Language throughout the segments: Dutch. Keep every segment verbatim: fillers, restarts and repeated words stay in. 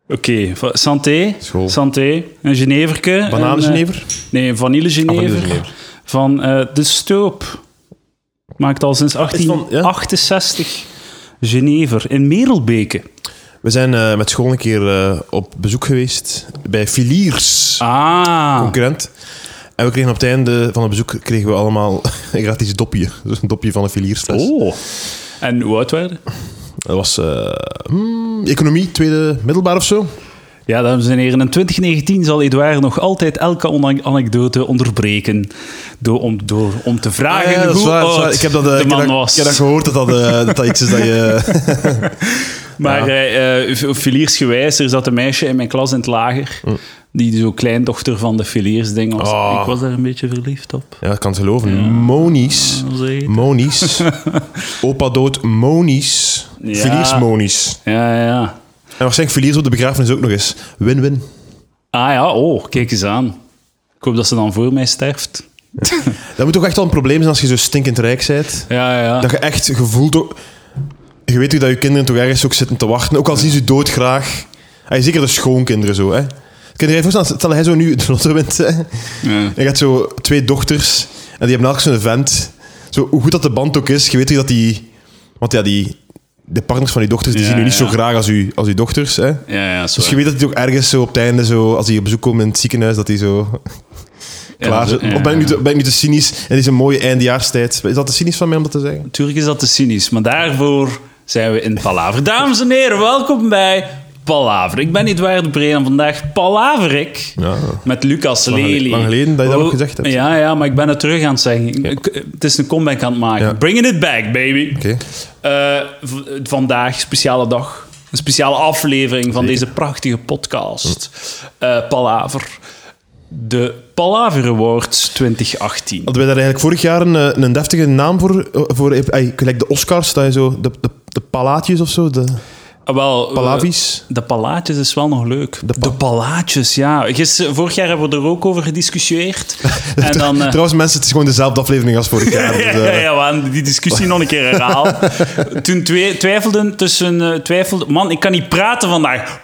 Oké, okay. Santé. School. Santé. Een geneverke. Bananengenever? Uh, nee, een vanillegenever. Ah, van uh, De Stoop. Maakt al sinds achttien achtenzestig ja? Genever in Merelbeke. We zijn uh, met school een keer uh, op bezoek geweest bij Filiers. Ah. Concurrent. En we kregen op het einde van het bezoek kregen we allemaal een gratis dopje. Dus een dopje van een Filiersfles. Oh. En hoe oud waren? Dat was uh, hmm, economie, tweede middelbaar of zo. Ja, dames en heren, in twintig negentien zal Edouard nog altijd elke anekdote onderbreken door, om, door, om te vragen ja, ja, hoe waar, oud ik heb dat, uh, de man ik heb was. Ik heb dat gehoord, dat dat, uh, dat, dat iets is dat je... maar ja. uh, filiersgewijs, er zat een meisje in mijn klas in het lager, hm. die zo kleindochter van de Filiers-ding was. Oh. Ik was daar een beetje verliefd op. Ja, ik kan het geloven. Ja. Monies. Ja, Monies. Opa dood Monies. Ja. Filiers Monies. Ja, ja. En waarschijnlijk Filiers op de begrafenis ook nog eens. Win-win. Ah ja, oh, kijk eens aan. Ik hoop dat ze dan voor mij sterft. Ja. Dat moet toch echt wel een probleem zijn als je zo stinkend rijk bent. Ja, ja. Dat je echt gevoeld... Ook... Je weet ook dat je kinderen toch ergens ook zitten te wachten. Ook al zien ze je doodgraag. En zeker de schoonkinderen zo, hè. Kun je je voorstellen, stel hij zo nu de lotto wint, hè. Ja. Je hebt zo twee dochters en die hebben elk zo'n vent. Zo, hoe goed dat de band ook is, je weet ook dat die... Want ja, die... De partners van die dochters die ja, zien u niet ja. zo graag als, u, als uw dochters. Hè? Ja, ja, dus je weet dat die ook ergens zo op het einde, zo, als die op bezoek komen in het ziekenhuis, dat die zo klaar zit. Ja, ja. Of ben ik, nu te, ben ik nu te cynisch? En het is een mooie eindejaarstijd. Is dat te cynisch van mij om dat te zeggen? Natuurlijk is dat te cynisch, maar daarvoor zijn we in Palaver. Dames en heren, welkom bij Palaver. Ik ben Edouard de Bree en vandaag palaver ik ja. met Lucas lang, Lely. Lang geleden dat je dat ook gezegd hebt. Ja, ja, maar ik ben het terug aan het zeggen. Okay. Het is een comeback aan het maken. Ja. Bringing it back, baby. Okay. Uh, v- vandaag, speciale dag. Een speciale aflevering van Zeker. Deze prachtige podcast. Uh, Palaver. De Palaver Awards twintig achttien. Hadden wij daar eigenlijk vorig jaar een, een deftige naam voor? voor gelijk de Oscars, dat je zo... De, de, de Palaatjes of zo? De... Wel, Palavies? De Palaatjes is wel nog leuk. De, pa- de Palaatjes, ja. Gister, vorig jaar hebben we er ook over gediscussieerd. en dan, uh... Trouwens, mensen, het is gewoon dezelfde aflevering als vorig jaar. Dus, uh... ja, ja, we hadden die discussie nog een keer herhaald. Toen twe- twijfelden tussen... Uh, twijfelden... Man, ik kan niet praten vandaag.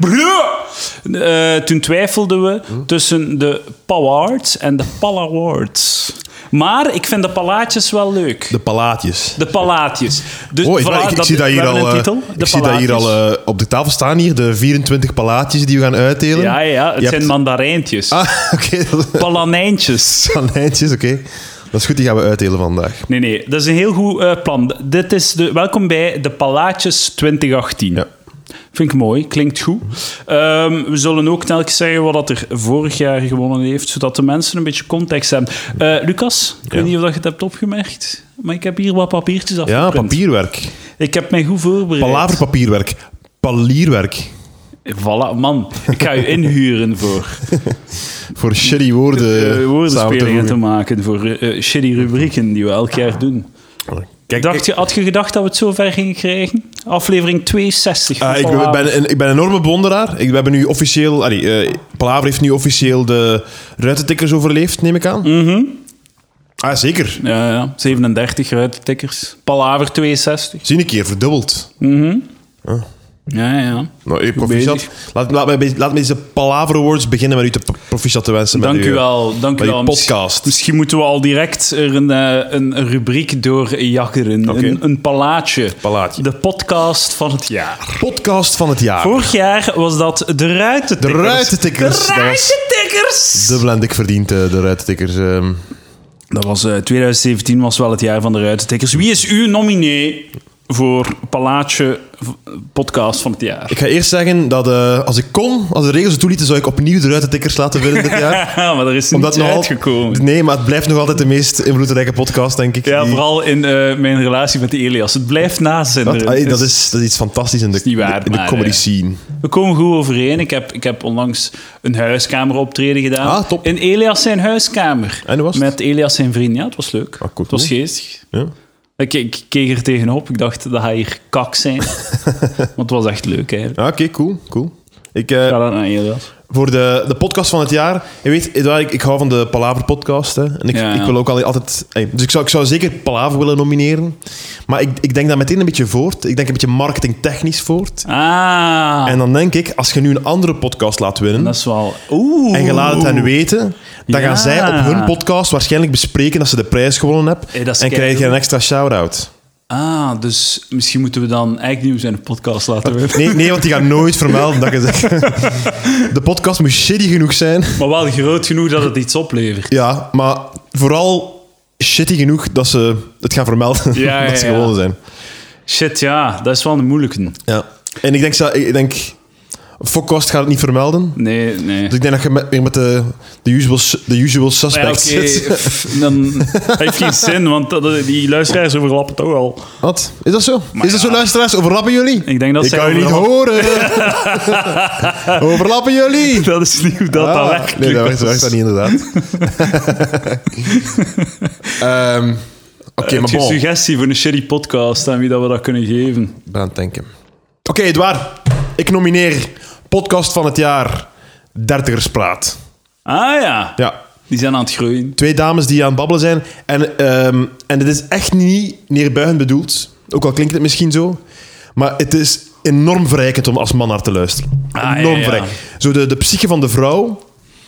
Uh, toen twijfelden we hm? tussen de Pawards en de Palawards. Maar ik vind de palaatjes wel leuk. De palaatjes. De palaatjes. Dus, oh, ik, voilà, ik, ik dat, zie dat hier al, uh, ik zie dat hier al uh, op de tafel staan, hier, de vierentwintig palaatjes die we gaan uitdelen. Ja, ja, het Je zijn hebt... mandarijntjes. Ah, oké. Okay. Palanijntjes. Palanijntjes, oké. Okay. Dat is goed, die gaan we uitdelen vandaag. Nee, nee, dat is een heel goed uh, plan. Dit is de, welkom bij de Palaatjes twintig achttien. Ja. Vind ik mooi, klinkt goed. Um, we zullen ook telkens zeggen wat er vorig jaar gewonnen heeft, zodat de mensen een beetje context hebben. Uh, Lucas, ik ja. weet niet of je het hebt opgemerkt, maar ik heb hier wat papiertjes afgeprint. Ja, papierwerk. Ik heb mij goed voorbereid. Palaverpapierwerk. Palierwerk. Voilà, man. Ik ga je inhuren voor... voor shitty woorden... Uh, woordenspelingen te, te maken, voor uh, shitty rubrieken die we elk jaar doen. Kijk, Dacht je, had je gedacht dat we het zo ver gingen krijgen? Aflevering tweeënzestig. Uh, ik, ben een, ik ben een enorme bewonderaar. Ik, we hebben nu officieel... Allee, uh, Palaver heeft nu officieel de ruitentikkers overleefd, neem ik aan. Mm-hmm. Ah, zeker. Ja, ja. zevenendertig ruitentikkers. Palaver tweeënzestig. Zie een keer, verdubbeld. Mm-hmm. Ah. Ja, ja. Nou, hey, proficiat. Laat, laat, me, laat me deze Palaver Awards beginnen met u te proficiat te wensen. Dank met u uw, wel. Dank u wel. podcast. Misschien, misschien moeten we al direct er een, een, een rubriek door jakkeren. Okay. Een, een palaatje. Palaatje. De podcast van het jaar. Podcast van het jaar. Vorig jaar was dat de ruitentikkers. De ruitentikkers. De ruitentikkers. Dubbel en dik verdiend, de ruitentikkers. Um. Dat was, uh, twintig zeventien was wel het jaar van de ruitentikkers. Wie is uw nominee voor Palaatje podcast van het jaar? Ik ga eerst zeggen dat uh, als ik kon, als de regels het toelieten, zou ik opnieuw de ruitentikkers laten winnen dit jaar. Ja, maar er is niet uitgekomen. Al... Nee, maar het blijft nog altijd de meest invloedrijke podcast, denk ik. Ja, die... vooral in uh, mijn relatie met Elias. Het blijft nazinderen. Dat, ay, dat, is, dat is iets fantastisch in de, waar, in de comedy uh, scene. We komen goed overeen. Ik heb, ik heb onlangs een huiskameroptreden gedaan. Ah, top. In Elias zijn huiskamer. En hoe was het? Met Elias zijn vriend. Ja, het was leuk. Ah, cool, het was geestig. Ja. Ik, ik keek er tegenop. Ik dacht, dat ga hier kak zijn. Want het was echt leuk, eigenlijk. Ah, oké, okay, cool, cool. Ik, uh, Ga dat naar Elias. voor de, de podcast van het jaar. Je weet, Edouard, ik, ik hou van de Palaver podcast. Hè. En ik, Ja, ja. ik wil ook al- altijd... Hey, dus ik zou, ik zou zeker Palaver willen nomineren. Maar ik, ik denk dat meteen een beetje voort. Ik denk een beetje marketingtechnisch voort. Ah, En dan denk ik, als je nu een andere podcast laat winnen... dat is wel... Oeh. en je laat het hen weten... dan Ja. gaan zij op hun podcast waarschijnlijk bespreken dat ze de prijs gewonnen hebben. Hey, dat is en krijg je keigoed. een extra shout-out. Ah, dus misschien moeten we dan eigenlijk niet op zijn podcast laten winnen. Nee, nee, want die gaat nooit vermelden dat je zegt... De podcast moet shitty genoeg zijn. Maar wel groot genoeg dat het iets oplevert. Ja, maar vooral shitty genoeg dat ze het gaan vermelden Ja, dat ze ja, ja. gewonnen zijn. Shit, ja, dat is wel een moeilijke. Ja. En ik denk, zo- ik denk Fokkost gaat het niet vermelden. Nee, nee. Dus ik denk dat je met, weer met de, de, usual, su- de usual Maar ja, suspects oké, zit. pff, dan dat heeft geen zin, want dat- die luisteraars overlappen toch al. Wat? Is dat zo? Maar Is dat ja. zo, luisteraars? Overlappen jullie? Ik denk dat ik zij kan je niet overlappen. horen. Overlappen jullie? Dat is niet hoe dat, Ah, dat werkt. Nee, dat Lucas. werkt, dat werkt dat niet inderdaad. Ehm, Oké, Heb maar je een bon. suggestie voor een shitty podcast aan wie dat we dat kunnen geven? Ik ben aan het denken. Oké, Edouard. Ik nomineer podcast van het jaar Dertigerspraat. Ah ja, Ja. die zijn aan het groeien. Twee dames die aan het babbelen zijn. En, ehm en het is echt niet neerbuigend bedoeld. Ook al klinkt het misschien zo. Maar het is enorm verrijkend om als man naar te luisteren. Ah, enorm ja, ja. verrijkend. Zo de, de psyche van de vrouw...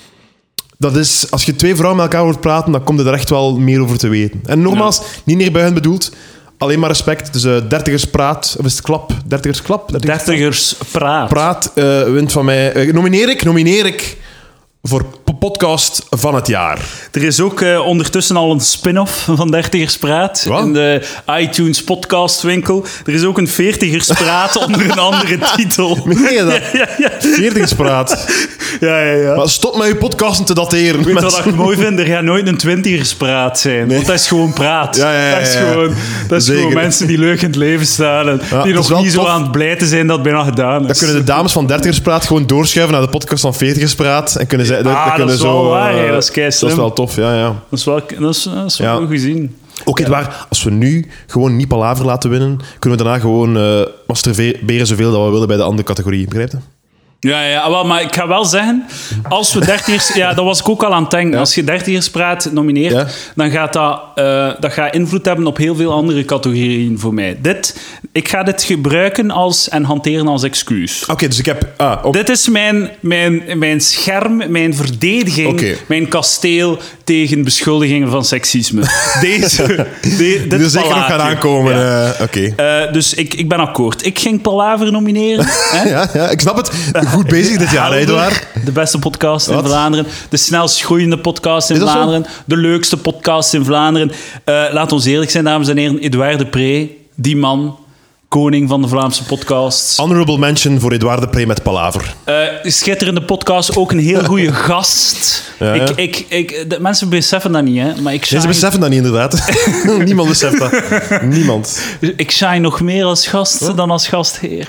Dat is, als je twee vrouwen met elkaar hoort praten, dan komt er echt wel meer over te weten. En nogmaals, niet neerbuigend bedoeld. Alleen maar respect. Dus uh, dertigerspraat, of is het klap? Dertigersklap? Dertigers praat. Praat uh, wint van mij. Uh, nomineer ik, nomineer ik voor p- podcast van het jaar. Er is ook uh, ondertussen al een spin-off van Dertigerspraat Wat? in de iTunes podcastwinkel. Er is ook een Veertigerspraat onder een andere titel. Meen je dat? Ja, ja, ja. Veertigerspraat. ja, ja, ja. Maar stop met je podcasten te dateren. Weet je Met- wat ik mooi vind? Er gaat nooit een twintigerspraat zijn. Want dat is gewoon praat. Ja, ja, ja, dat is, ja. gewoon, dat is Zeker. gewoon mensen die leuk in het leven staan. En Ja, die dat is nog wel niet zo tof. aan het blij te zijn dat het bijna gedaan is. Dan kunnen de dames van Dertigerspraat gewoon doorschuiven naar de podcast van Veertigerspraat. En kunnen zij... Ah, dan dat kunnen is zo, wel waar, uh, hè. Dat is keislim. Dat is wel tof, ja, ja. Dat is wel, dat is, dat is wel Ja. goed gezien. Ook Edouard, als we nu gewoon niet Palaver laten winnen, kunnen we daarna gewoon uh, masturberen zoveel dat we willen bij de andere categorie. Begrijp je? Ja, ja, wel, maar ik ga wel zeggen, als we dertigers... ja, dat was ik ook al aan het denken. Ja. Als je dertigerspraat nomineert, Ja. dan gaat dat, eh, dat gaat invloed hebben op heel veel andere categorieën voor mij. Dit, ik ga dit gebruiken als, en hanteren als excuus. Oké, dus ik heb... Ah, op, Dit is mijn, mijn, mijn scherm, mijn verdediging, Oké. mijn kasteel tegen beschuldigingen van seksisme. Deze, de, dit die er zeker nog palaatje. gaan aankomen. Ja. uh, Oké. Eh, dus ik, ik ben akkoord. Ik ging Palaver nomineren. hè? Ja, ja, ik snap het. Goed bezig dit jaar, hè, Edouard. De beste podcast in Wat? Vlaanderen. De snelst groeiende podcast in Is dat zo? Vlaanderen. De leukste podcast in Vlaanderen. Eh, laat ons eerlijk zijn, dames en heren. Edouard de Pre, die man, koning van de Vlaamse podcasts. Honorable mention voor Edouard de Pre met Palaver. Eh, schitterende podcast, ook een heel goede gast. Ja, ja. Ik, ik, ik, de mensen beseffen dat niet, hè, maar ik Nee, shine, ze beseffen dat niet, inderdaad. Niemand beseft dat. Niemand. ik shine nog meer als gast dan als gastheer.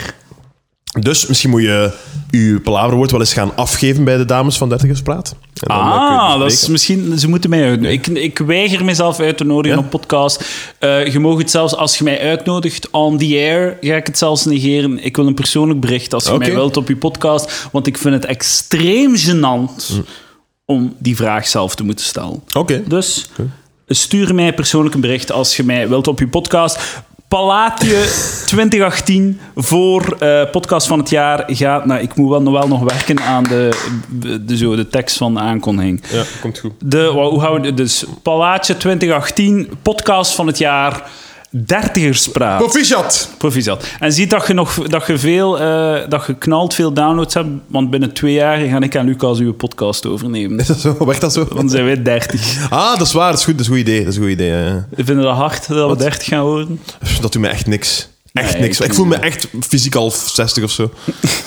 Dus misschien moet je je Palaverwoord wel eens gaan afgeven bij de dames van Dertigerspraat. En dan, uh, kun je het Ah, dat is bespreken. misschien... Ze moeten mij uitnodigen. Ik, ik weiger mezelf uit te nodigen Ja? op podcast. Eh, je mag het zelfs, als je mij uitnodigt, on the air, ga ik het zelfs negeren. Ik wil een persoonlijk bericht als je Oké. mij wilt op je podcast. Want ik vind het extreem gênant Hm. om die vraag zelf te moeten stellen. Oké. Dus stuur mij persoonlijk een bericht als je mij wilt op je podcast. Palaatje twintig achttien voor eh, podcast van het jaar gaat... Nou, ik moet wel, nog wel nog werken aan de, de, zo, de tekst van de aankondiging. Ja, komt goed. De, wa- hoe gaan we het- dus Palaatje twintig achttien, podcast van het jaar, dertigerspraat. Proficiat! Proficiat. En ziet dat je nog dat je veel, eh, dat je knalt veel downloads hebt, want binnen twee jaar ga ik aan Lucas uw podcast overnemen. Is dat zo? Werkt dat zo? Dan zijn wij dertig. Ah, dat is waar. Dat is goed. Dat is een goed idee. Dat is een goed idee. Ja, ja. We vinden dat hard dat we dertig gaan worden. Dat doet me echt niks. Echt Nee, niks. ik Ik, voel me echt fysiek al zestig of zo.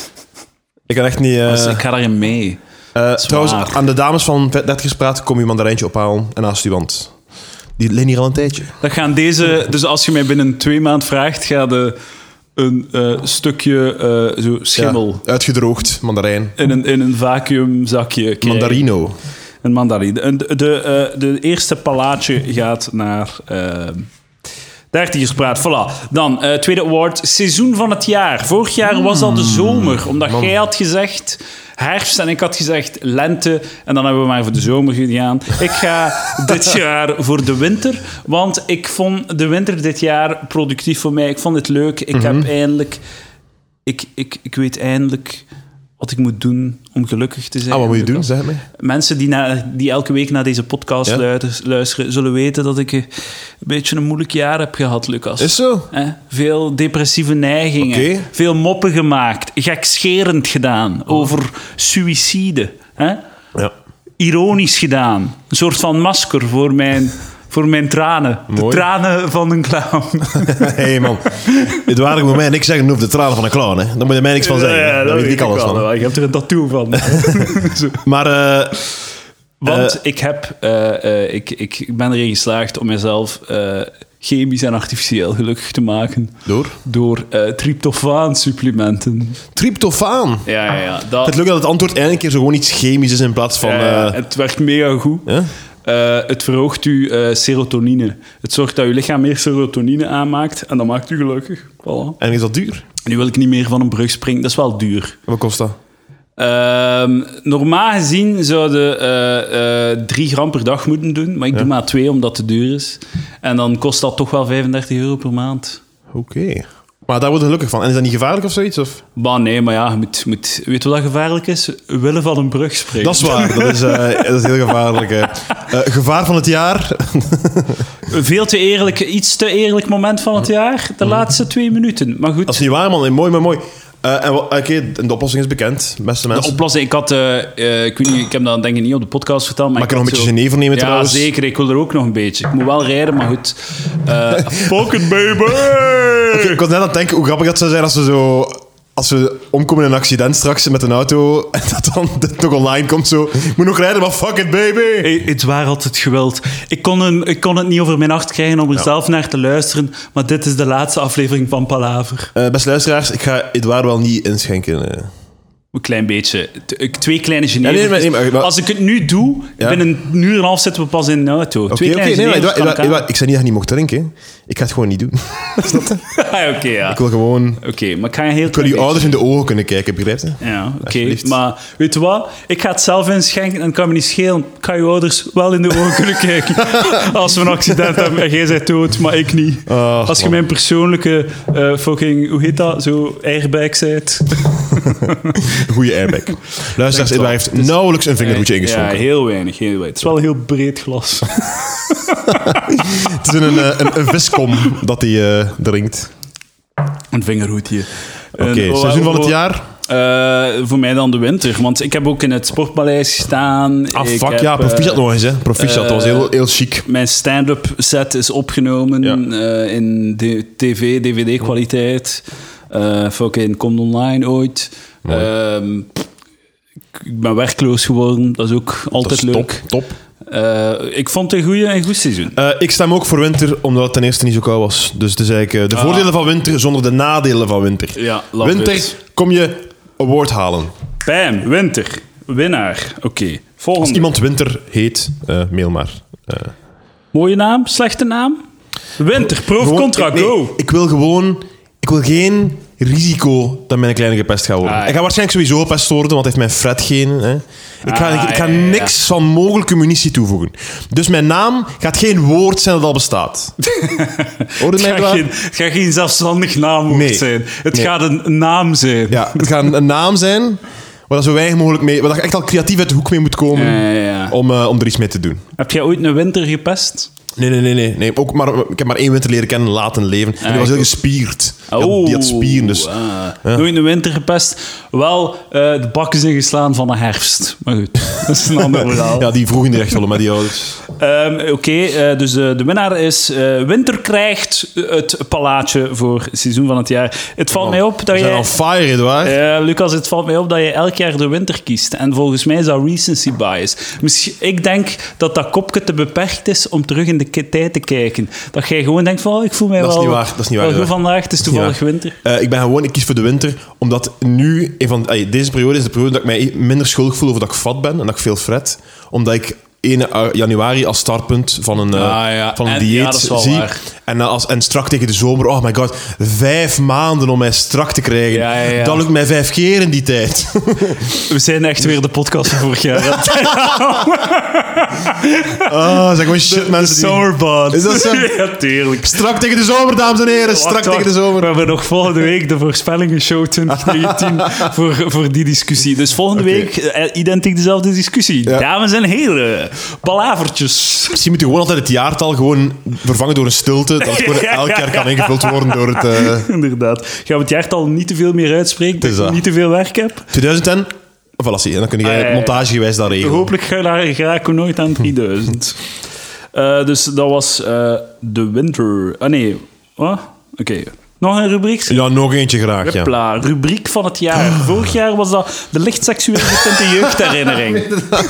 Ik kan echt niet... uh, Dus ik ga daarin mee. uh, trouwens, waar. aan de dames van dertigerspraat kom je mandarijntje ophalen en naast u, want die liggen hier al een tijdje. Dat gaan deze, dus als je mij binnen twee maanden vraagt, ga je een eh, stukje eh, zo schimmel Ja, uitgedroogd, mandarijn. in, een, in een vacuümzakje krijgen. Mandarino. Een mandarine. De, de, eh, de eerste palaatje gaat naar... eh, Dertigerspraat, voilà. Dan, uh, tweede award, seizoen van het jaar. Vorig jaar was dat de zomer, omdat Man. jij had gezegd herfst en ik had gezegd lente. En dan hebben we maar voor de zomer gegaan. Ik ga dit jaar voor de winter, want ik vond de winter dit jaar productief voor mij. Ik vond het leuk. Ik mm-hmm. heb eindelijk... Ik, ik, ik weet eindelijk wat ik moet doen om gelukkig te zijn. Ah, wat moet je doen? Zeg me. Mensen die, na, die elke week naar deze podcast ja? luisteren, zullen weten dat ik een beetje een moeilijk jaar heb gehad, Lucas. Is zo? Eh, veel depressieve neigingen. Okay. Veel moppen gemaakt. Gekscherend gedaan. Oh. Over suïcide. Eh? Ja. Ironisch gedaan. Een soort van masker voor mijn... Voor mijn tranen. Mooi. De tranen van een clown. Hé hey man, Edouard moet mij niks zeggen over de tranen van een clown. Hè. Daar moet je mij niks van zeggen. Ja, daar weet ik alles van. Wel. Je hebt er een tattoo van. maar... Uh, Want uh, ik, heb, uh, uh, ik, ik ben erin geslaagd om mezelf uh, chemisch en artificieel gelukkig te maken. Door? Door uh, tryptofaan-supplementen. Tryptofaan? Ja, ja, ja. Dat... Het lukt dat het antwoord eindelijk keer zo gewoon iets chemisch is in plaats van... Uh... Uh, het werkt mega goed. Ja? Uh, het verhoogt uw uh, serotonine. Het zorgt dat uw lichaam meer serotonine aanmaakt en dat maakt u gelukkig. Voilà. En is dat duur? Nu wil ik niet meer van een brug springen. Dat is wel duur. En wat kost dat? Uh, normaal gezien zouden uh, uh, drie gram per dag moeten doen, maar ik ja. doe maar twee omdat het te duur is. En dan kost dat toch wel vijfendertig euro per maand. Oké. Okay. Maar daar word je gelukkig van. En is dat niet gevaarlijk of zoiets? Of? Bah, nee, maar ja, je moet, moet, weet je wat gevaarlijk is? Willen van een brug springen. Dat is waar. Dat is, uh, dat is heel gevaarlijk. Uh, gevaar van het jaar. Veel te eerlijk, iets te eerlijk moment van het jaar. De laatste twee minuten. Maar goed. Dat is niet waar, man. Mooi, maar mooi. Uh, en Oké, okay, de oplossing is bekend, beste mensen. De oplossing, ik had... Uh, uh, ik, weet niet, ik heb dat denk ik niet op de podcast verteld. Maar Mag ik, ik nog een beetje Genever nemen ja, trouwens? Ja, zeker. Ik wil er ook nog een beetje. Ik moet wel rijden, maar goed. Uh, Pocket baby! Okay, ik was net aan het denken hoe grappig dat zou zijn als we zo... Als we omkomen in een accident straks met een auto en dat dan dit nog online komt zo... Ik moet nog rijden, maar fuck it, baby! Hey, het waar had het geweld. Ik kon, een, ik kon het niet over mijn hart krijgen om er ja. zelf naar te luisteren, maar dit is de laatste aflevering van Palaver. Uh, beste luisteraars, ik ga Edouard wel niet inschenken. Uh. Een klein beetje. Twee kleine Genever. Ja, nee, nee, nee, maar... Als ik het nu doe, ja. binnen een uur en een half zitten we pas in de auto. Oké, Twee okay, kleine okay, nee, Genevers. Nee, ik zei niet dat je niet mocht drinken. Ik ga het gewoon niet doen. ah, Oké, okay, ja. Ik wil gewoon... Oké, okay, maar ik ga je heel... Ik wil je ouders in de ogen kunnen kijken, begrijp je? Ja, oké. Okay. Maar weet je wat? Ik ga het zelf inschenken en het kan me niet schelen. Ik ga je ouders wel in de ogen kunnen kijken. Als we een accident hebben en jij bent dood, maar ik niet. Oh, Als je man. mijn persoonlijke uh, fucking... Hoe heet dat? Zo airbag bent. Goeie airbag. Luisteraars, Edouard heeft is, nauwelijks een vingerhoedje ingeschonken. Ja, heel weinig, heel weinig. Het is wel een heel breed glas. Het is een, een, een, een viskom dat hij uh, drinkt. Een vingerhoedje. Oké, okay, seizoen van het jaar? Uh, voor mij dan de winter, want ik heb ook in het Sportpaleis gestaan. Ah, ik fuck, heb, ja, proficiat uh, nog eens, hè. Proficiat, uh, dat was heel, heel chic. Mijn stand-up set is opgenomen ja. uh, in de tv, D V D-kwaliteit. Uh, fucking komt online ooit. Uh, ik ben werkloos geworden, dat is ook altijd dat is leuk. Top, top. Uh, ik vond het een goede en goed seizoen. Uh, ik stem ook voor winter, omdat het ten eerste niet zo koud was. Dus het is eigenlijk uh, de ah. voordelen van winter zonder de nadelen van winter. Ja, winter, it. kom je award halen. Bam, winter. Winnaar. Oké, okay. volgende. Als iemand winter heet, uh, mail maar. Uh. Mooie naam, slechte naam? Winter, pro of contra, nee, go. Ik wil gewoon... Ik wil geen risico dat mijn kleine gepest gaat worden. Ah, ja. Hij gaat waarschijnlijk sowieso gepest worden, want hij heeft mijn Fred-genen. Hè. Ik ga, ah, ik, ik ga ja, ja, niks ja. van mogelijke munitie toevoegen. Dus mijn naam gaat geen woord zijn dat al bestaat. Hoorde mij het, gaat geen, het gaat geen zelfstandig naamwoord nee. zijn. Het nee. gaat een naam zijn. Ja, het gaat een, een naam zijn waar zo weinig mogelijk mee... Waar je echt al creatief uit de hoek mee moet komen ja, ja, ja. Om, uh, om er iets mee te doen. Heb jij ooit een winter gepest? Nee, nee, nee. nee. nee. Ook maar, ik heb maar één winter leren kennen, laten leven. En die ah, was heel gespierd. Oh, die, had, die had spieren, dus... Ah. Ja. Nooit een winter gepest. Wel, uh, de bakken zijn geslaan van de herfst. Maar goed, dat is een ander verhaal. Ja, die vroegen niet echt willen met die ouders. Um, Oké, okay, uh, dus uh, de winnaar is... Uh, winter krijgt het palaatje voor het seizoen van het jaar. Het valt oh, mij op dat je... jij... on fire, Edouard. Uh, Lucas, het valt mij op dat je elk jaar de winter kiest. En volgens mij is dat recency bias. Misschien, ik denk dat dat kopje te beperkt is om terug in de tijd te kijken. Dat jij gewoon denkt van, oh, ik voel mij dat wel... Is niet waar. Dat is niet waar. Wel goed vandaag, het is toevallig winter. Uh, ik ben gewoon, ik kies voor de winter, omdat nu, een van, ay, deze periode is de periode dat ik mij minder schuldig voel over dat ik vat ben en dat ik veel fret. Omdat ik één januari als startpunt van een, uh, ah, ja. van een en, dieet ja, dat is wel zie. Waar. En, als, en strak tegen de zomer, oh my god, vijf maanden om mij strak te krijgen. Ja, ja, ja. Dat lukt mij vijf keer in die tijd. We zijn echt weer de podcast van vorig jaar. Ah, zeg maar shit, de, mensen. De zomerbad. Is dat zo? Ja, tuurlijk. Strak tegen de zomer, dames en heren. Strak Wacht, tegen de wacht. zomer. We hebben nog volgende week de voorspellingenshow twintig negentien voor, voor die discussie. Dus volgende Okay. week uh, identiek dezelfde discussie. Ja. Dames en heren, palavertjes. Misschien moet je gewoon altijd het jaartal gewoon vervangen door een stilte. Dat het gewoon elk jaar kan ingevuld worden door het... Uh... Inderdaad. Gaan we het jaartal niet te veel meer uitspreken, dat ik niet te veel werk heb? tweeduizend en... Voilà, zie je. Dan kun je Ah, ja, ja. montagegewijs dat regelen. Hopelijk geraken we nooit aan drieduizend. uh, dus dat was uh, de winter... Ah nee, oh, oké. Okay. Nog een rubriek? Ja, nog eentje graag, ja. Hopla, rubriek van het jaar. Vorig jaar was dat de licht seksueel getinte jeugdherinnering.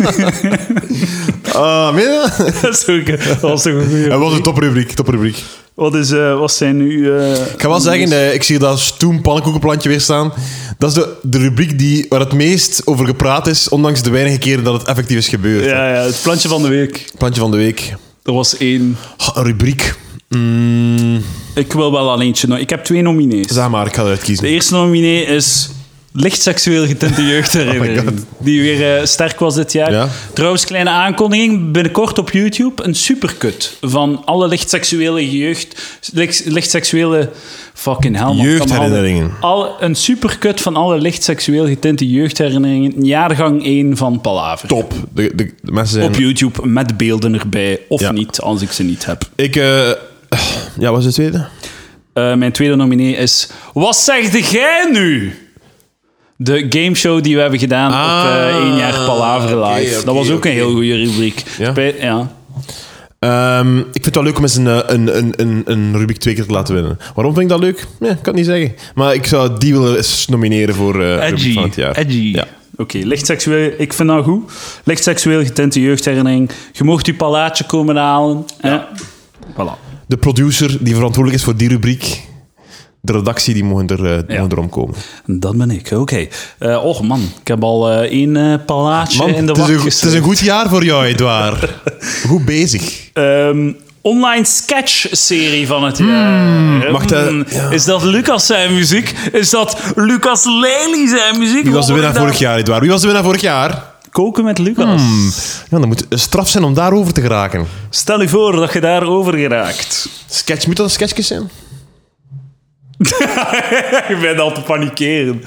Ah, meen je dat? Dat is ook- dat was toch een goede Dat was een toprubriek, toprubriek. Wat, is, uh, wat zijn nu... Uh, Ik ga wel zeggen, uh, ik zie dat stoem pannenkoekenplantje weer staan. Dat is de, de rubriek die, waar het meest over gepraat is, ondanks de weinige keren dat het effectief is gebeurd. ja, ja, het plantje van de week. Plantje van de week. Er was één... Oh, een rubriek. Mm, Ik wil wel al eentje. Ik heb twee nominees. zeg maar, ik ga eruit De kiezen. eerste nominee is licht seksueel getinte jeugdherinnering. Oh my die weer uh, sterk was dit jaar. Ja. Trouwens, kleine aankondiging. Binnenkort op YouTube een supercut van alle licht seksuele jeugd... Licht, licht seksuele... Fucking hell, man. Jeugdherinneringen. Al, een supercut van alle licht seksueel getinte jeugdherinneringen. Jaargang één van Palaver. Top. De, de, de mensen zijn... Op YouTube met beelden erbij. Of Ja. niet, als ik ze niet heb. Ik... Uh, ja, wat is het tweede? Uh, mijn tweede nominee is... Wat zegde jij nu? De gameshow die we hebben gedaan Ah, op uh, één jaar Palaver Live. oké, oké, dat was ook oké. een heel goede rubriek. Ja? Bij- ja. Um, ik vind het wel leuk om eens een, een, een, een, een rubriek twee keer te laten winnen. Waarom vind ik dat leuk? Ja, ik kan het niet zeggen. Maar ik zou die willen eens nomineren voor uh, rubriek Edgy. van het jaar. Edgy. Ja. Oké, okay, licht seksueel... Ik vind dat goed. Licht seksueel getinte jeugdherinnering. Je mocht je palaatje komen halen. Ja. Voilà. De producer die verantwoordelijk is voor die rubriek, de redactie, die mogen, er, uh, die Ja. mogen erom komen. Dat ben ik, oké. Okay. Uh, och man, ik heb al uh, één uh, palaatje Man, in de het, is wacht een, het is een goed jaar voor jou, Edouard. Goed bezig. Um, online sketch-serie van het jaar. Hmm, mag dat- Hmm, ja. Is dat Lucas zijn muziek? Is dat Lucas Lely zijn muziek? Wie was de Wat winnaar dat? vorig jaar, Edouard? Wie was de winnaar vorig jaar? Koken met Lucas. Hmm. Ja, dan moet het straf zijn om daarover te geraken. Stel je voor dat je daarover geraakt. Sketch, moet dat een sketchje zijn? Je bent al te panikeren.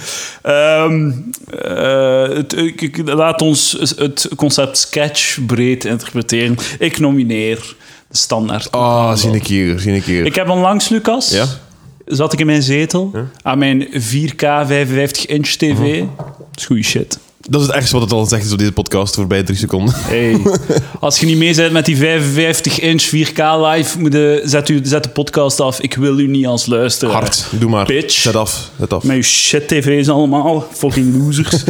Um, uh, het, ik, ik- laat ons het concept sketch breed interpreteren. Ik nomineer de standaard. Ah, zie ik hier, zie ik hier. Ik heb onlangs, Lucas, Ja? zat ik in mijn zetel aan mijn vier K vijfenvijftig inch tv. Dat is goeie shit. Dat is het ergste wat het al zegt is op deze podcast, voorbij drie seconden. Hey. Als je niet mee bent met die vijfenvijftig inch vier K live, moet je, zet, u, zet de podcast af. Ik wil u niet als luisteraar. Hard, doe maar. Bitch. Zet af, zet af. Met je shit-tv's allemaal. Fucking losers.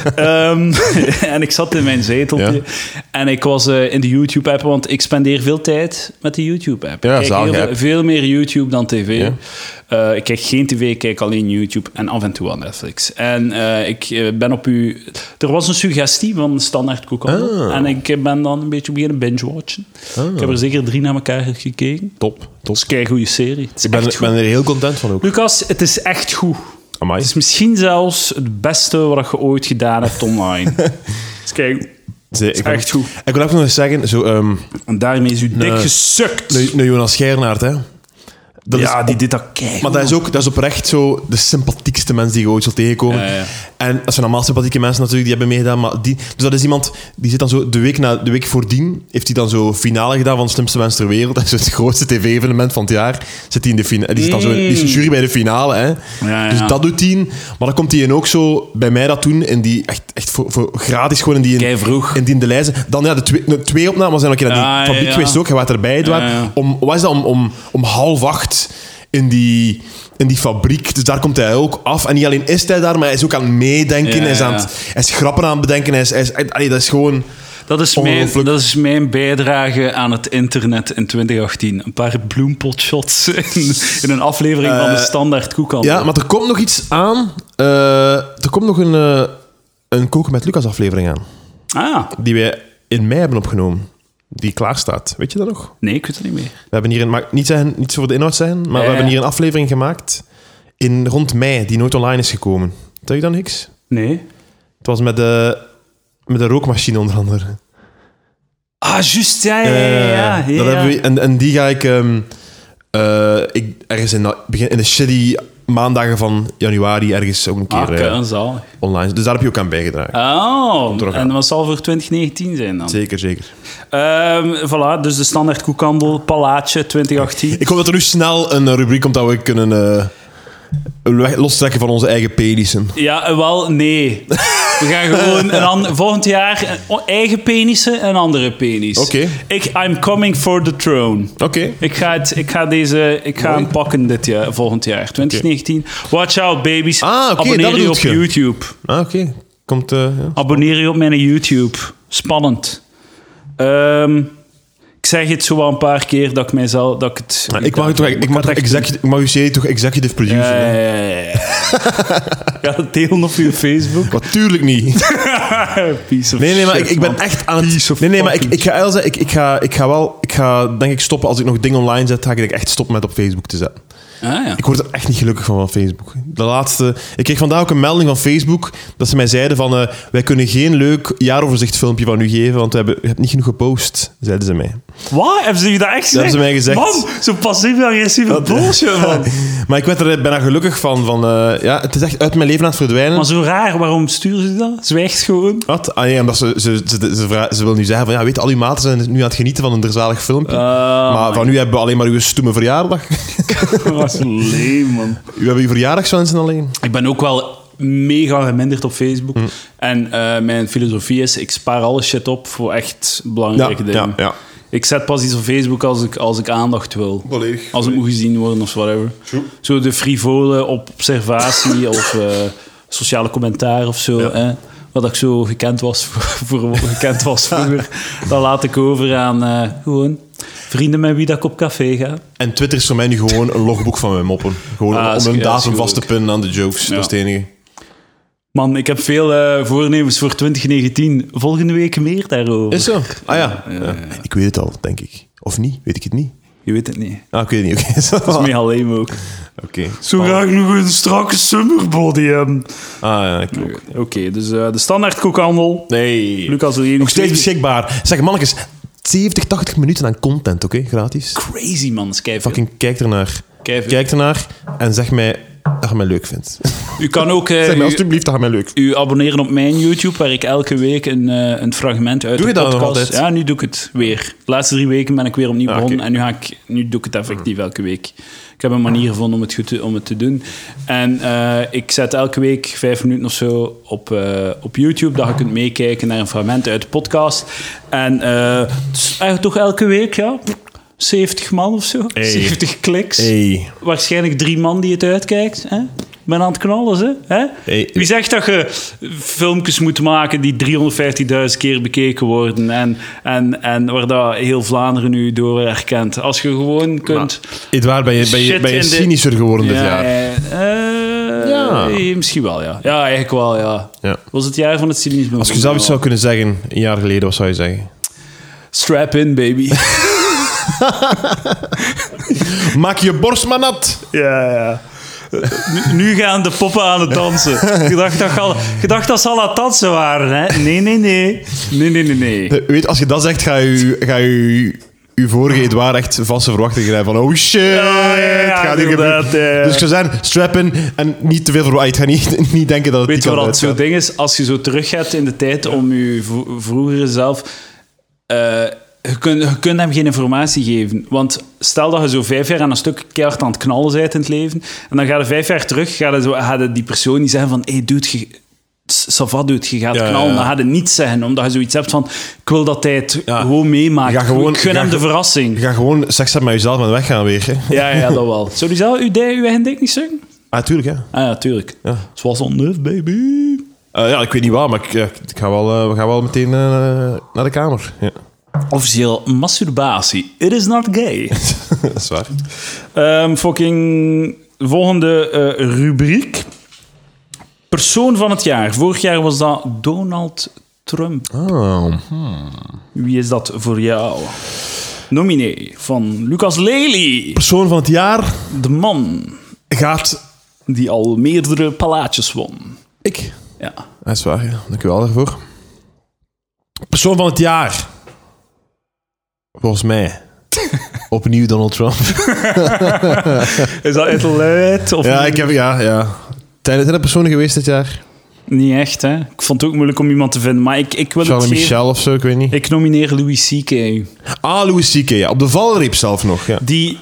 Ehm, en ik zat in mijn zeteltje. Ja. En ik was uh, in de YouTube-app, want ik spendeer veel tijd met de YouTube-app. Ja, ik kijk zalig heel, app. veel meer YouTube dan tv. Ja. Uh, ik kijk geen tv, ik kijk alleen YouTube en af en toe aan Netflix. En uh, ik uh, ben op u... Er was een suggestie van Standaard Koekhandel. Ah. En ik ben dan een beetje beginnen binge-watchen. Ah. Ik heb er zeker drie naar elkaar gekeken. Top, top. Dat is een keigoeie serie. Het is Ik ben, echt ik ben goed. er heel content van ook. Lucas, het is echt goed. Amai. Het is misschien zelfs het beste wat je ooit gedaan hebt online. Dus kijk, Zee, het is ik wil- echt goed. Ik wil ook nog eens zeggen, zo, um, En daarmee is u dik Nee. gesukt. een, een Jonas Scheirnaert, hè. Dat ja, is die op- dit dat keigoed. Maar dat is ook dat is oprecht zo de sympathiekste mens die je ooit zult tegenkomen. Ja, ja. En dat zijn allemaal sympathieke mensen natuurlijk, die hebben meegedaan. Maar die, dus dat is iemand, die zit dan zo de week, na, de week voordien, heeft hij dan zo finale gedaan van Slimste Mens ter Wereld. Dat is het grootste tv-evenement van het jaar. Zit hij in de finale. Die zit dan zo, die is een jury bij de finale. Hè. Ja, ja. Dus dat doet hij. Maar dan komt hij in ook zo bij mij dat doen. In die, echt, echt voor, voor gratis gewoon in die... Kei vroeg. In die in de lijzen. Dan ja, de twee, de twee opnames zijn ook in die Ja, ja, fabriek ja. geweest ook. Je was erbij, Edouard. Ja, ja. Om, wat is dat? Om, om, om half acht in die, in die fabriek. Dus daar komt hij ook af. En niet alleen is hij daar, maar hij is ook aan het meedenken. Ja, hij, is aan ja. het, hij is grappen aan het bedenken. Hij is, hij is, allee, dat is gewoon... Dat is, mijn, Ongelooflijk. dat is mijn bijdrage aan het internet in twintig achttien. Een paar bloempotshots in, in een aflevering van de Eh, Standaard Koekhandel. Ja, maar er komt nog iets aan. Eh, er komt nog een, eh, een Koken met Lucas aflevering aan. Ah, Die wij in mei hebben opgenomen. Die klaar staat. Weet je dat nog? Nee, ik weet het niet meer. We hebben hier een... Maar niet, zeggen, niet voor de inhoud zijn, maar Ja, we hebben ja. hier een aflevering gemaakt in rond mei, die nooit online is gekomen. Zeg je dan niks? Nee. Het was met de, met de rookmachine onder andere. Ah, juist, ja, ja, ja. Eh, ja, ja, dat ja. hebben we, en, en die ga ik, um, uh, ik ergens in, begin, in de shitty maandagen van januari ergens ook een keer Ah, uh, kijk, zalig. online. Dus daar heb je ook aan bijgedragen. Oh, Terug aan. en wat zal voor twintig negentien zijn dan? Zeker, zeker. Um, voilà, dus de standaard koekhandel, Palaatje twintig achttien. Ik hoop dat er nu snel een rubriek komt dat we kunnen uh, weg- lostrekken van onze eigen penissen. Ja, wel, nee. We gaan gewoon een ander, volgend jaar een eigen penissen en andere penis. Oké. Ik, I'm coming for the throne. Oké. Okay. Ik ga, het, ik ga, deze, ik ga hem pakken dit jaar, volgend jaar, twintig negentien. Watch out, baby's. Ah, oké, Abonneer dat je op bedoelt je. YouTube. Ah, oké. Okay. Komt... Uh, ja. Abonneer je op mijn YouTube. Spannend. Um, ik zeg het zo wel een paar keer dat ik mijzelf... Dat ik, het, Ja, ik mag het toch... Ik, ik mag, toch executive, ik mag u serie toch executive producer? Ja, ja, ja, ja. Ga het delen op je Facebook? Natuurlijk niet. Piece of Nee, nee, maar shit, ik, ik ben man. echt aan Piece het... of Nee, nee, maar ik, fucking- ik ga zeggen, ik, ik, ga, ik ga wel... Ik ga denk ik stoppen als ik nog dingen online zet, ga ik denk ik echt stoppen met op Facebook te zetten. Ah, ja. Ik word er echt niet gelukkig van van Facebook. De laatste... Ik kreeg vandaag ook een melding van Facebook dat ze mij zeiden van uh, wij kunnen geen leuk jaaroverzichtfilmpje van u geven, want we hebben, je hebt niet genoeg gepost, zeiden ze mij. Wat? Hebben ze je dat echt gezegd? hebben ze mij gezegd. Man, zo passief-agressieve bullshit, man. Maar ik werd er bijna gelukkig van. van uh, ja, het is echt uit mijn leven aan het verdwijnen. Maar zo raar, waarom sturen ze dat? Zwijgt gewoon. Wat? Ah nee, omdat ze, ze, ze, ze, ze, vra- ze wil nu zeggen van ja, weet al die maten zijn nu aan het genieten van een derzalig filmpje. Uh, maar van u hebben we alleen maar uw stoeme verjaardag. Dat is leem, man. U hebben uw verjaardagswensen alleen. Ik ben ook wel mega geminderd op Facebook. Mm. En uh, mijn filosofie is, ik spaar alle shit op voor echt belangrijke Ja, dingen. ja, ja. Ik zet pas iets op Facebook als ik, als ik aandacht wil. Volledig. Als het moet gezien worden of whatever. True. Zo de frivole observatie of uh, sociale commentaar of zo. Ja. Hè? Wat ik zo gekend was, voor, voor, gekend was vroeger. Dat laat ik over aan uh, gewoon vrienden met wie dat ik op café ga. En Twitter is voor mij nu gewoon een logboek van mijn moppen. Gewoon Ah, om een is- datum is vast te pinnen aan de jokes. Ja. Dat is het enige. Man, ik heb veel uh, voornemens voor twintig negentien. Volgende week meer daarover. Is zo? Ah ja. Ja, ja, Ja. ja. Ik weet het al, denk ik. Of niet? Weet ik het niet? Je weet het niet. Ah, ik weet het niet. Oké. Okay. Dat is mega lame ook. Oké. Zo graag nog een strakke summerbody hebben. Ah ja, ik ook. Oké, okay, dus uh, de standaard koekhandel. Nee. Lucas, wil je Nog steeds beschikbaar. Zeg, mannetjes, zeventig, tachtig minuten aan content, oké? Okay? Gratis. Crazy, man. Skijf, Fucking kijk ernaar. Kijk, Kijk ernaar en zeg mij dat je mij leuk vindt. U kan ook uh, Zeg mij u, alsjeblieft dat je mij leuk vindt. u abonneren op mijn YouTube, waar ik elke week een, uh, een fragment uit Doe de je dat nog podcast... altijd? Ja, nu doe ik het weer. De laatste drie weken ben ik weer opnieuw Ah, begonnen. oké. En nu, ga ik, nu doe ik het effectief elke week. Ik heb een manier gevonden om het, goed te, om het te doen. En uh, ik zet elke week vijf minuten of zo op, uh, op YouTube, dat je kunt meekijken naar een fragment uit de podcast. En uh, dus eigenlijk toch elke week, ja... zeventig man of zo. Hey. zeventig kliks. Hey. Waarschijnlijk drie man die het uitkijkt. Hè? Ik ben aan het knallen, hè? hè? Hey. Wie zegt dat je filmpjes moet maken die driehonderdvijftigduizend keer bekeken worden en, en, en waar dat heel Vlaanderen nu door herkent? Als je gewoon kunt... Edouard, ben je, ben je, Shit ben je in de- cynischer geworden dit Ja, jaar? eh, Ja. eh, misschien wel, ja. Ja, eigenlijk wel, ja. Ja. Was het jaar van het cynisme? Als je zelf iets zou kunnen zeggen, een jaar geleden, wat zou je zeggen? Strap in, baby. Maak je borst maar nat! Ja, ja. Nu, nu gaan de poppen aan het dansen. Je dacht dat, je al, je dacht dat ze al aan het dansen waren, hè? Nee, nee, nee. Nee, nee, nee, nee. De- Weet, als je dat zegt, ga je ga je, je vorige Edouard echt vaste verwachtingen krijgen van oh shit, Ja, ja, ja, het gaat hier inderdaad, gebeuren. ja, ja. Dus ik zou zeggen, strap in en niet te veel verwachten. Ik ga niet, niet denken dat het Weet die je kant wat dat zo'n uitgaat. ding is? Als je zo terug gaat in de tijd om je v- vroegere zelf... eh, je, kunt, je kunt hem geen informatie geven. Want stel dat je zo vijf jaar aan een stuk keihard aan het knallen bent in het leven, en dan ga je vijf jaar terug, ga je, zo, ga je die persoon niet zeggen van hey, dude, je... Savat doet, je gaat Ja, knallen, ja, ja. dan ga je niets zeggen, omdat je zoiets hebt van ik wil dat hij het Ja. gewoon meemaakt. Je gaat gewoon- ik gun je hem gaat- de verrassing. Je gaat gewoon seks hebben met jezelf en weggaan weer. Hè? Ja, ja, dat wel. Zou je zelf uw, uw eigen ding niet zingen? Ah, tuurlijk, ja. Ah ja, tuurlijk. Ja. Zoals on earth, baby. Eh, ja, ik weet niet waar, maar ik, ja, ik ga wel, eh, we gaan wel meteen eh, naar de kamer. Ja. Officieel masturbatie. It is not gay. Dat is waar. Ehm, fucking volgende eh, rubriek. Persoon van het jaar. Vorig jaar was dat Donald Trump. Oh. Wie is dat voor jou? Nominee van Lucas Lely. Persoon van het jaar De man gaat... die al meerdere palaatjes won. Ik? Ja. Dat is waar, ja. Dank u wel daarvoor. Persoon van het jaar. Volgens mij. Opnieuw Donald Trump. Is dat het luid? Of Ja, niet? ik heb... Ja, ja. Zijn er personen geweest dit jaar? Niet echt, hè. Ik vond het ook moeilijk om iemand te vinden, maar ik, ik wil Charles het geven. Michel of zo, ik weet niet. Ik nomineer Louis C K. Ah, Louis C K, ja. Op de valreep zelf nog, ja. Die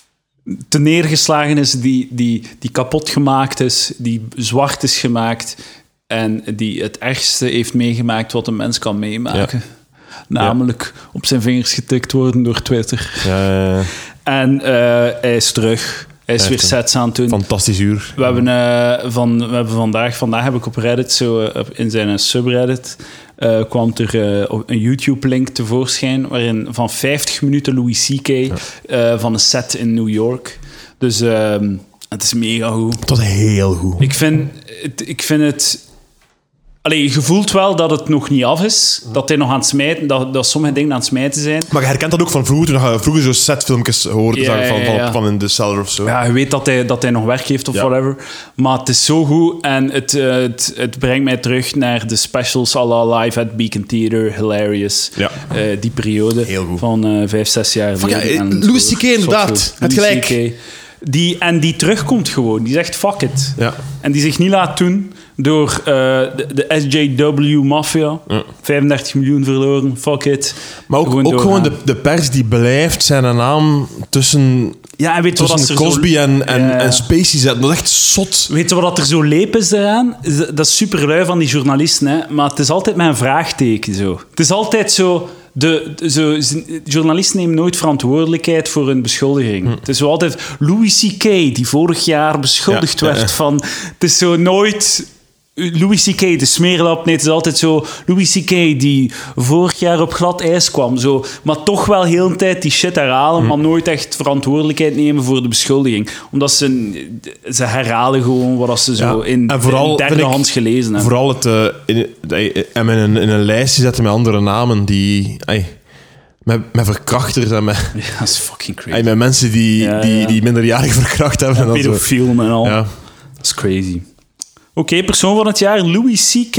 te neergeslagen is, die, die, die kapot gemaakt is, die zwart is gemaakt en die het ergste heeft meegemaakt wat een mens kan meemaken. Ja. Namelijk ja. op zijn vingers getikt worden door Twitter. Ja, ja. En uh, hij is terug. Hij is weer sets aan het doen. Fantastisch uur. We hebben, uh, van, we hebben vandaag, vandaag heb ik op Reddit, zo, uh, in zijn uh, subreddit, uh, kwam er uh, een YouTube-link tevoorschijn waarin van vijftig minuten Louis C K ja. uh, van een set in New York. Dus uh, het is mega goed. Het was heel goed. Ik vind het... Ik vind het Allee, je voelt wel dat het nog niet af is. Dat hij nog aan het smijten... Dat, dat sommige dingen aan het smijten zijn. Maar je herkent dat ook van vroeger, toen je vroeger zo setfilmpjes hoorde ja, van, van, ja. van in de cellar of zo. Ja, je weet dat hij, dat hij nog werk heeft of ja. whatever. Maar het is zo goed en het, uh, het, het brengt mij terug naar de specials à la Live at Beacon Theatre. Hilarious. Ja. Uh, die periode van uh, vijf, zes jaar geleden. Ja, Louis C K inderdaad. Het gelijk. C K. Die, en die terugkomt gewoon. Die zegt fuck it. Ja. En die zich niet laat doen door uh, de, de S J W Mafia. Ja. vijfendertig miljoen verloren. Fuck it. Maar ook gewoon, ook gewoon de, de pers die blijft zijn naam tussen, ja, en weet tussen wat Cosby zo, en, en, ja. en Spacey zetten. Dat is echt zot. Weet je wat er zo leep is eraan? Dat is super lui van die journalisten, hè? Maar het is altijd met een vraagteken zo. Het is altijd zo... De, de, zo, journalisten nemen nooit verantwoordelijkheid voor een beschuldiging. Hm. Het is zo altijd Louis C K, die vorig jaar beschuldigd ja, werd ja, ja. van... Het is zo nooit... Louis C K, de smeerlap. Nee, het is altijd zo... Louis C K, die vorig jaar op glad ijs kwam. Zo, maar toch wel heel de tijd die shit herhalen, hm. maar nooit echt verantwoordelijkheid nemen voor de beschuldiging. Omdat ze, ze herhalen gewoon wat ze zo ja, in, in derde hand gelezen hebben. Vooral het uh, in, in, in, in een lijstje zetten met andere namen die... Ay, met, met verkrachters en met... Ja, dat is fucking crazy. Ay, met mensen die, ja, die, ja. die minderjarig verkracht hebben. En pedofielen en al. Ja. Dat is crazy. Oké, okay, persoon van het jaar, Louis C K.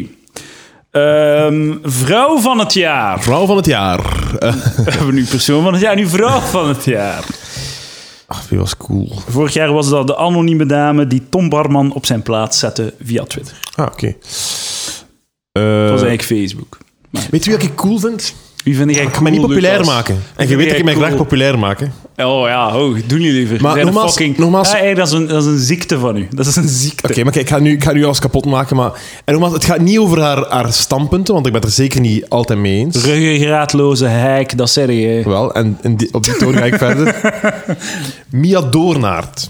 Um, vrouw van het jaar. Vrouw van het jaar. We hebben nu persoon van het jaar, nu vrouw van het jaar. Ach, die was cool. Vorig jaar was dat de anonieme dame die Tom Barman op zijn plaats zette via Twitter. Ah, oké. Okay. Uh, dat was eigenlijk Facebook. Maar... Weet je wie ik cool vind? Wie vind jij ik cool, ga mij niet populair Lucas? maken. En je weet dat ik mij cool. graag populair maak. Oh ja, oh, doe niet liever. Maar nogmaals, fucking... nogmaals... Ja, hey, dat, is een, dat is een ziekte van u. Dat is een ziekte. Oké, okay, maar kijk, ik ga, nu, ik ga nu alles kapot maken. Maar... En nogmaals, het gaat niet over haar, haar standpunten, want ik ben het er zeker niet altijd mee eens. Ruggengraatloze hek, dat zei jij. Wel, en, en die, op die toon ga ik verder. Mia Doornaert.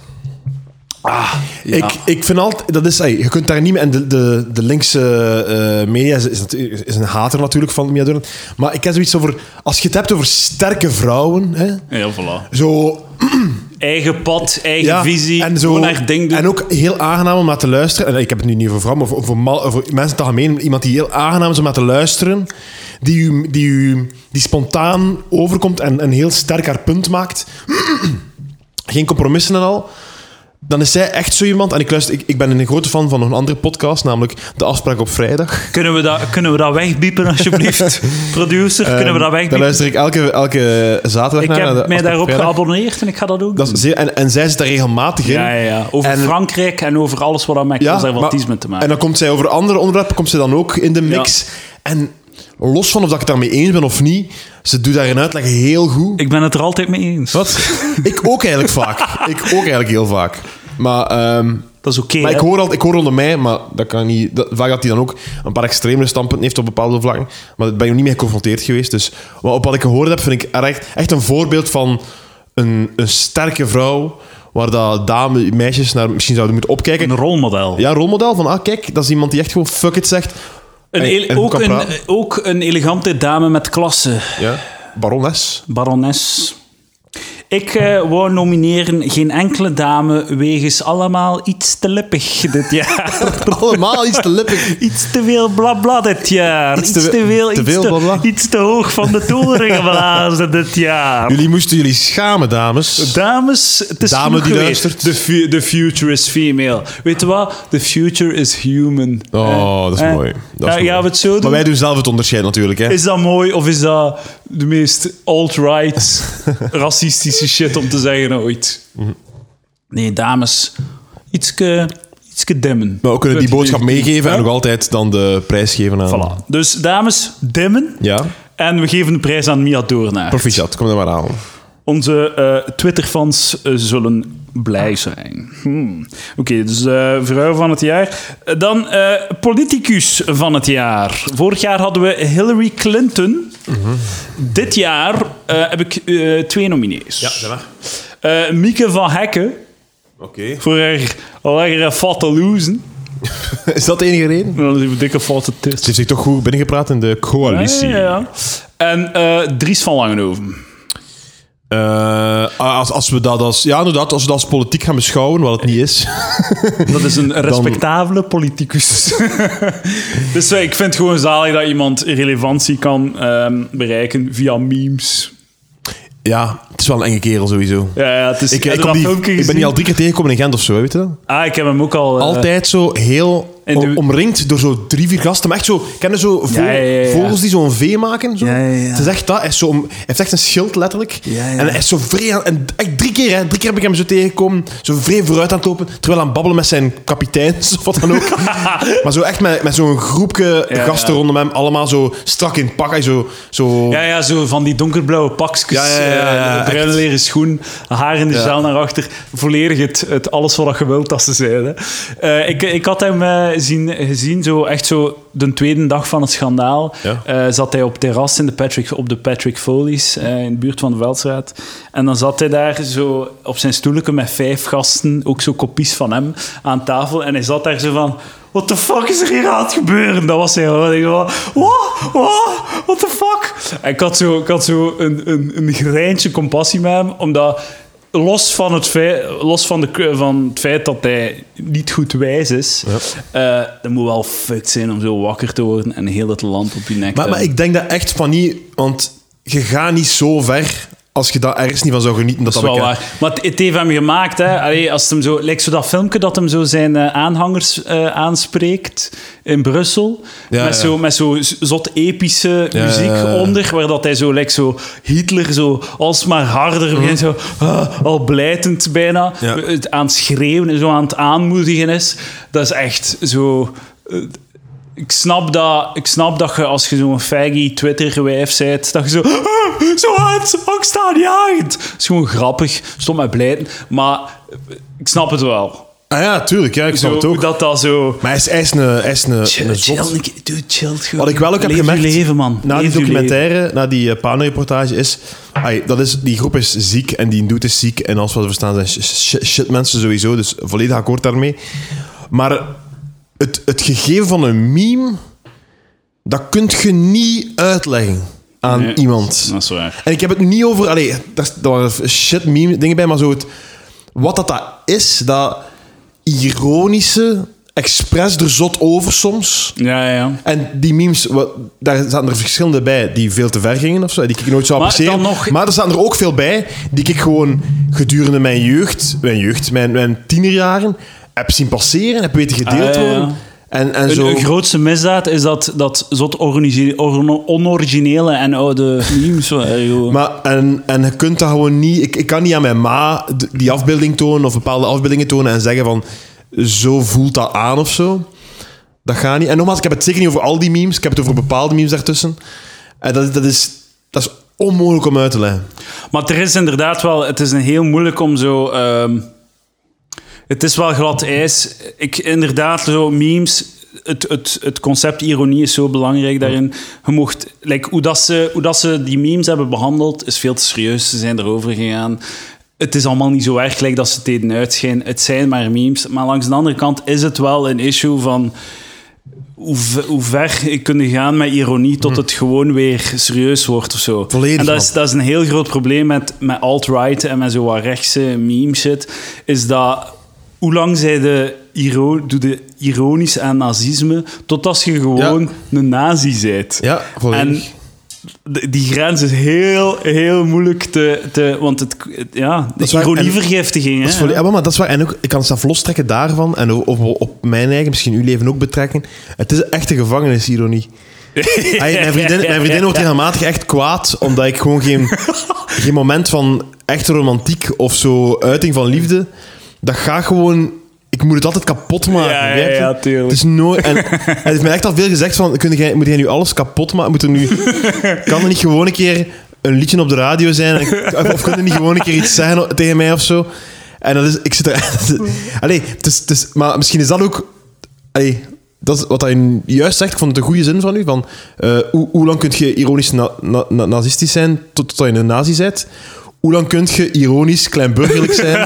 Ah, ja. ik, ik vind altijd... Dat is, hey, je kunt daar niet mee... En de, de, de linkse uh, media is, is, is een hater natuurlijk van Mia Doornaert. Maar ik heb zoiets over... Als je het hebt over sterke vrouwen... Hè, ja, voilà. Zo... Eigen pad, eigen ja, visie, en zo, gewoon haar ding doen. En ook heel aangenaam om naar te luisteren. En ik heb het nu niet over vrouwen, maar voor, voor, mal, voor mensen in het algemeen. Iemand die heel aangenaam is om naar te luisteren. Die u, die, u, die spontaan overkomt en een heel sterk haar punt maakt. Geen compromissen en al. Dan is zij echt zo iemand... En ik, luister, ik, ik ben een grote fan van nog een andere podcast, namelijk De Afspraak op Vrijdag. Kunnen we dat, kunnen we dat wegbiepen, alsjeblieft? Producer, um, kunnen we dat wegbiepen? Dan luister ik elke, elke zaterdag ik naar. Ik heb de mij daarop vrijdag. geabonneerd en ik ga dat ook dat is zeer, en, en zij zit daar regelmatig in. Ja, ja, ja. Over en, Frankrijk en over alles wat met ja, conservatisme maar, te maken. En dan komt zij over andere onderwerpen, komt zij dan ook in de mix. Ja. En... Los van of dat ik het daarmee eens ben of niet, ze doet daar een uitleg heel goed. Ik ben het er altijd mee eens. Wat? Ik ook eigenlijk vaak. Ik ook eigenlijk heel vaak. Maar, um, dat is oké. Okay, maar ik hoor, al, ik hoor onder mij, maar dat kan niet. Dat, vaak dat hij dan ook een paar extremere standpunten heeft op bepaalde vlakken. Maar daar ben je nog niet mee geconfronteerd geweest. Dus op wat ik gehoord heb, vind ik echt, echt een voorbeeld van een, een sterke vrouw. Waar dat dame, meisjes naar misschien zouden moeten opkijken. Een rolmodel. Ja, een rolmodel. Van, ah, kijk, dat is iemand die echt gewoon fuck it zegt. Een ele- en, en ook, een, ook een elegante dame met klasse. Ja, barones. Barones. Ik uh, wou nomineren geen enkele dame wegens allemaal iets te lippig dit jaar. Allemaal iets te lippig? Iets te veel blabla dit jaar. Iets, iets te, te veel, te veel iets, te, iets te hoog van de toren geblazen dit jaar. Jullie moesten jullie schamen, dames. Dames, het is Dame die luistert. The, fu- the future is female. Weet je wat? The future is human. Oh, dat is eh, mooi. Dat is ja, mooi. Gaan we het zo doen? Maar wij doen zelf het onderscheid natuurlijk. Hè? Is dat mooi of is dat de meest alt-right racistische shit om te zeggen ooit? Nee, dames, ietske, ietske dimmen. Maar we kunnen die boodschap meegeven ja? en nog altijd dan de prijs geven aan... Voilà. Dus dames, dimmen. Ja. En we geven de prijs aan Mia Doornaert. Proficiat, kom er maar aan. Onze uh, Twitter-fans uh, zullen blij zijn. Hmm. Oké, okay, dus uh, vrouw van het jaar. Dan uh, politicus van het jaar. Vorig jaar hadden we Hillary Clinton. Mm-hmm. Dit jaar uh, heb ik uh, twee nominees. Ja, zeg maar. Uh, Mieke van Hekken. Oké. Okay. Voor haar lekkere fatte lozen. Is dat de enige reden? Dat is een dikke fatte tist. Ze heeft zich toch goed binnengepraat in de coalitie. Ja, ja, ja. En uh, Dries van Langenhoven. Uh, als, als we dat als... Ja, inderdaad, als we dat als politiek gaan beschouwen, wat het niet is... Dat is een respectabele politicus. Dus uh, ik vind het gewoon zalig dat iemand relevantie kan um, bereiken via memes. Ja, het is wel een enge kerel sowieso. Ja, ja het is... Ik, ik, die, ik ben die al drie keer tegengekomen in Gent of zo, weet je dat? Ah, ik heb hem ook al... Uh, Altijd zo heel... De... omringd door zo drie, vier gasten. Maar echt zo... Ken je zo vo- ja, ja, ja, ja. vogels die zo'n V maken? Zo? Ja, ja, ja. Het is echt dat. Hij, is zo, hij heeft echt een schild, letterlijk. Ja, ja. En hij is zo vrij aan... En echt drie keer, hè. Drie keer heb ik hem zo tegengekomen. Zo vrij vooruit aan het lopen. Terwijl aan het babbelen met zijn kapiteins, of wat dan ook. Maar zo echt met, met zo'n groepje ja, gasten ja. rondom hem. Allemaal zo strak in het pak. Zo, zo... Ja, ja, zo van die donkerblauwe pakjes. Ja, ja, ja, ja, bruine leren schoen. Haar in de ja. zaal naar achter. Volledig het, het alles wat je wilt dat ze zeiden. Uh, ik, ik had hem uh, zien, gezien. Zo, echt zo de tweede dag van het schandaal ja. uh, zat hij op terras in de Patrick, op de Patrick Foley's uh, in de buurt van de Veldstraat. En dan zat hij daar zo op zijn stoeletje met vijf gasten, ook zo kopies van hem, aan tafel. En hij zat daar zo van... What the fuck is er hier aan het gebeuren? Dat was hij gewoon. Ik was what? What? What the fuck? En ik had zo, ik had zo een, een, een greintje compassie met hem, omdat... Los van het feit, los van, de, van het feit dat hij niet goed wijs is, ja. uh, dat moet wel fucked zijn om zo wakker te worden en heel het land op je nek te maar, maar ik denk dat echt van niet... Want je gaat niet zo ver als je daar ergens niet van zou genieten. Dat, dat is dat wel waar. Maar het heeft hem gemaakt, hè. Allee, als het hem zo, lijkt zo dat filmpje dat hem zo zijn uh, aanhangers uh, aanspreekt in Brussel. Ja, met, ja. Zo, met zo zot epische ja, muziek ja, ja. onder, waar dat hij zo, like, zo Hitler zo alsmaar harder begint, zo uh, al blijtend bijna, ja. aan het schreeuwen en zo aan het aanmoedigen is. Dat is echt zo... Uh, Ik snap, dat, ik snap dat je, als je zo'n faggy Twitter-wijf bent, dat je zo... Ah, zo hard, angstaanjagend. Dat is gewoon grappig, stop met blijten. Maar ik snap het wel. Ah ja, tuurlijk. Ja, ik snap zo, het ook. Dat dat zo... Maar hij is, hij is een, hij is een, chill, een chill, zot. dude, chill. Wat ik wel ook heb Leef gemerkt... leven, man. Na Leef die documentaire, leven. na die uh, Pano-reportage, is... Ay, dat is... Die groep is ziek en die doet is ziek. En als we het verstaan zijn shit, shit, shit mensen sowieso. Dus volledig akkoord daarmee. Maar het, het gegeven van een meme... Dat kun je niet uitleggen aan nee, iemand. Dat is waar. En ik heb het niet over... Allee, daar waren shit meme dingen bij, maar zo het... Wat dat, dat is, dat ironische, expres er zot over soms. Ja, ja. En die memes, wat, daar zaten er verschillende bij die veel te ver gingen of zo, die ik nooit zou appreciëren. Maar, nog... maar er staan er ook veel bij die ik gewoon gedurende mijn jeugd, mijn jeugd, mijn, mijn tienerjaren, heb zien passeren, heb weten gedeeld ah, ja, ja. worden. En, en een, zo... een grootste misdaad is dat, dat zot origi- or- onoriginele en oude memes. Maar, en, en je kunt dat gewoon niet... Ik, ik kan niet aan mijn ma die afbeelding tonen of bepaalde afbeeldingen tonen en zeggen van zo voelt dat aan of zo. Dat gaat niet. En nogmaals, ik heb het zeker niet over al die memes. Ik heb het over bepaalde memes daartussen. En dat, dat, is, dat is onmogelijk om uit te leggen. Maar er is inderdaad wel... Het is een heel moeilijk om zo... Um, het is wel glad ijs. Ik, inderdaad, zo memes... Het, het, het concept ironie is zo belangrijk daarin. Je mocht, like, hoe, dat ze, hoe dat ze die memes hebben behandeld, is veel te serieus. Ze zijn erover gegaan. Het is allemaal niet zo erg like, dat ze het deden uitschijnen. Het zijn maar memes. Maar langs de andere kant is het wel een issue van... hoe, ver, hoe ver kun je gaan met ironie tot het gewoon weer serieus wordt of zo. Volledig, en dat is, dat is een heel groot probleem met, met alt-right en met zo wat rechtse meme shit, is dat hoe lang zij de, iro- doe de ironisch aan nazisme, totdat je gewoon ja. een nazi bent. Ja, volledig. En die grens is heel, heel moeilijk te... te want het, ja, de ironievergiftiging. Dat is volledig, ja, maar dat is waar. En ook, ik kan het zelf lostrekken daarvan en op, op, op mijn eigen, misschien uw leven ook betrekken. Het is echt een gevangenisironie. Ay, mijn, vriendin, mijn vriendin wordt regelmatig echt kwaad, omdat ik gewoon geen, geen moment van echte romantiek of zo uiting van liefde, dat gaat gewoon... Ik moet het altijd kapot maken. Ja, ja, ja, tuurlijk. Het is nooit... En hij heeft mij echt al veel gezegd van, kun jij, moet jij nu alles kapot maken? Moet er nu, kan er niet gewoon een keer een liedje op de radio zijn? En, of kun je niet gewoon een keer iets zeggen tegen mij of zo? En dat is... Ik zit er... Allee, het is, het is, maar misschien is dat ook... Allee, dat is wat hij juist zegt. Ik vond het een goede zin van u. Van, uh, hoe, hoe lang kun je ironisch na, na, na, nazistisch zijn totdat tot je een nazi bent? Hoe lang kun je ironisch kleinburgerlijk zijn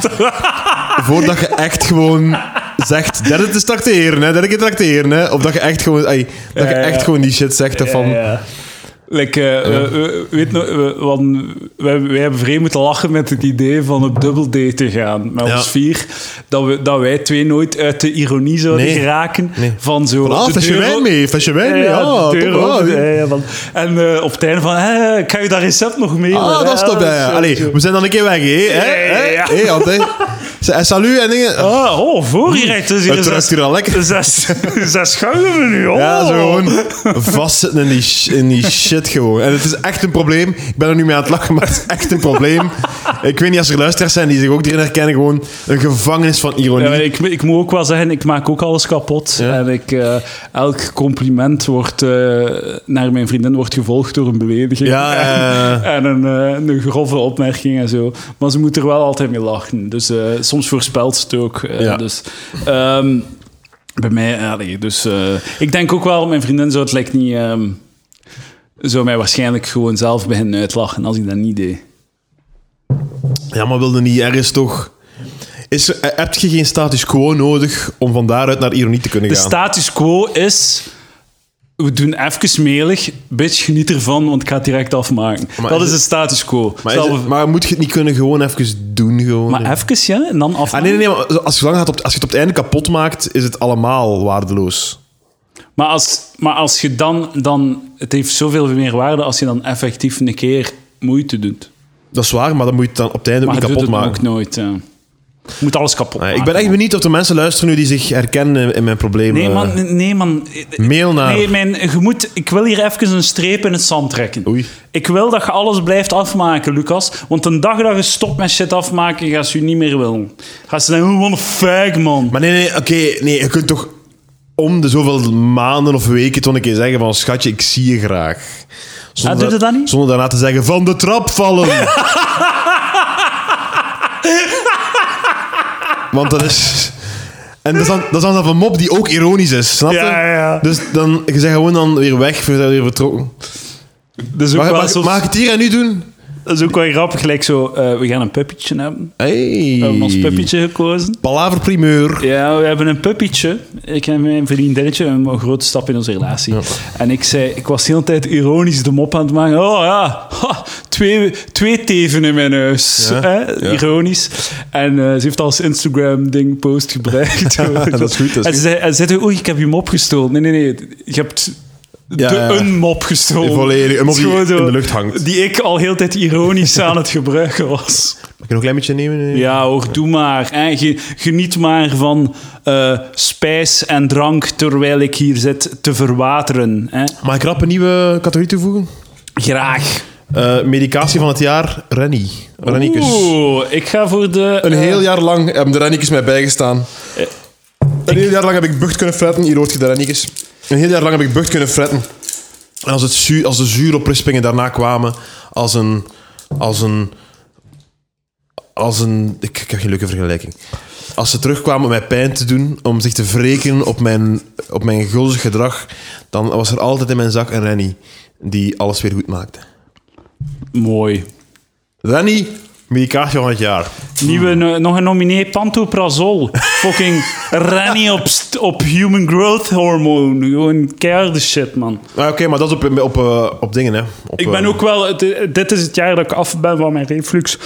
voordat je echt gewoon zegt, derde te tracteren, hè, derde keer tracteren, hè, of dat je echt gewoon, ay, dat je echt gewoon die shit zegt van... Ja, ja. Like, uh, ja. we, we, weet nog, we, wij, wij hebben vreemd moeten lachen met het idee van op dubbeldate te gaan met ja. ons vier. Dat, we, dat wij twee nooit uit de ironie zouden nee. geraken. Nee. Van zo... Ah, flesje wijn mee, flesje wijn mee. Ja, ja, de deur ah, open, ja, ja, van, en uh, op het einde van, hey, kan je dat recept nog mee? Ah, dat is toch bij. Ja, allee, we zijn dan een keer weg, hè? Hé, ja, ja. Altijd. En salut en dingen. Ah, oh, voor je rijdt. Dus het ruikt hier al lekker. Zes, zes schuiven nu, oh. Ja, zo gewoon vastzitten in die, in die shit gewoon. En het is echt een probleem. Ik ben er nu mee aan het lachen, maar het is echt een probleem. Ik weet niet als er luisteraars zijn die zich ook erin herkennen. Gewoon een gevangenis van ironie. Ja, ik, ik moet ook wel zeggen, ik maak ook alles kapot. Ja. En ik, uh, elk compliment wordt, uh, naar mijn vriendin wordt gevolgd door een belediging. Ja, ja. En, en een, uh, een grove opmerking en zo. Maar ze moet er wel altijd mee lachen. Dus uh, soms voorspelt ze het ook. Uh, ja. Dus... Um, bij mij, allee, dus... Uh, ik denk ook wel, mijn vriendin zou het like, niet... Um, zou mij waarschijnlijk gewoon zelf beginnen uitlachen als ik dat niet deed. Ja, maar wilde niet ergens toch... Is, heb je geen status quo nodig om van daaruit naar ironie te kunnen gaan? De status quo is... We doen even melig, bitch, geniet ervan, want ik ga het direct afmaken. Maar dat is, is het status quo. Maar, het, maar moet je het niet kunnen gewoon even doen? Gewoon, maar ja. even, ja, en dan afmaken? Ah, nee, nee, nee, maar als je, lang gaat op, als je het op het einde kapot maakt, is het allemaal waardeloos. Maar als, maar als je dan, dan... Het heeft zoveel meer waarde als je dan effectief een keer moeite doet. Dat is waar, maar dan moet je het dan op het einde ook niet kapot maken. Maar ook nooit, ja. Je moet alles kapot nee, maken. Ik ben echt benieuwd of er mensen luisteren nu die zich herkennen in mijn problemen. Nee, man. Nee, man. Mail naar... Nee, mijn, je moet, ik wil hier even een streep in het zand trekken. Oei. Ik wil dat je alles blijft afmaken, Lucas. Want een dag dat je stopt met shit afmaken, gaan ze je niet meer willen. Gaan ze zeggen, wat een fag, man. Maar nee, nee, oké. Okay, nee, je kunt toch om de zoveel maanden of weken toch een keer zeggen van, schatje, ik zie je graag. Zonder, ah, doe je dat niet? Zonder daarna te zeggen, van de trap vallen. Want dat is... En dat is, dan, dat is dan een mop die ook ironisch is, snap je? Ja, ja. Dus dan, je bent gewoon dan weer weg, we zijn weer vertrokken. Dus ook mag, wel mag, soms... mag ik het hier en nu doen? Dat is ook wel grappig, gelijk zo... Uh, we gaan een puppytje hebben. Hey. We hebben ons puppytje gekozen. Palaver primeur. Ja, we hebben een puppytje. Ik en mijn vriendinnetje, een grote stap in onze relatie. Ja. En ik zei... Ik was de hele tijd ironisch de mop aan het maken. Oh ja, ha, twee, twee teven in mijn huis. Ja. Hè? Ja. Ironisch. En uh, ze heeft als Instagram-ding post gebruikt. Dat is goed, dat is en ze zei, en ze zei, oei, ik heb je mop gestolen. Nee, nee, nee. Je hebt... Ja, de, ja. een mop gestolen. Volledig, een mop die in de lucht hangt. Die ik al heel tijd ironisch aan het gebruiken was. Mag ik nog een klein beetje nemen? Ja hoor, doe maar. Hè. Geniet maar van uh, spijs en drank terwijl ik hier zit te verwateren. Hè. Mag ik rap een nieuwe categorie toevoegen? Graag. Uh, medicatie van het jaar, Rennie. Rennikus. Oeh, ik ga voor de... Een uh, heel jaar lang hebben de Rennikus mij bijgestaan. Uh, een heel jaar lang heb ik bucht kunnen fretten. Hier hoort je de Rennikus. Een heel jaar lang heb ik bucht kunnen fretten. En als, het zuur, als de zuuroprispingen daarna kwamen, als een... Als een... Als een... Ik, ik heb geen leuke vergelijking. Als ze terugkwamen om mij pijn te doen, om zich te wreken op mijn, op mijn gulzig gedrag, dan was er altijd in mijn zak een Rennie die alles weer goed maakte. Mooi. Rennie, Medicatie van het jaar. Nieuwe, uh, nog een nomineer, Pantoprazol. Fucking Rennie op, st- op human growth hormone. Gewoon keiharde shit, man. Ah, Oké, okay, maar dat is op, op, uh, op dingen, hè. Op, ik ben uh, ook wel... Het, dit is het jaar dat ik af ben van mijn reflux.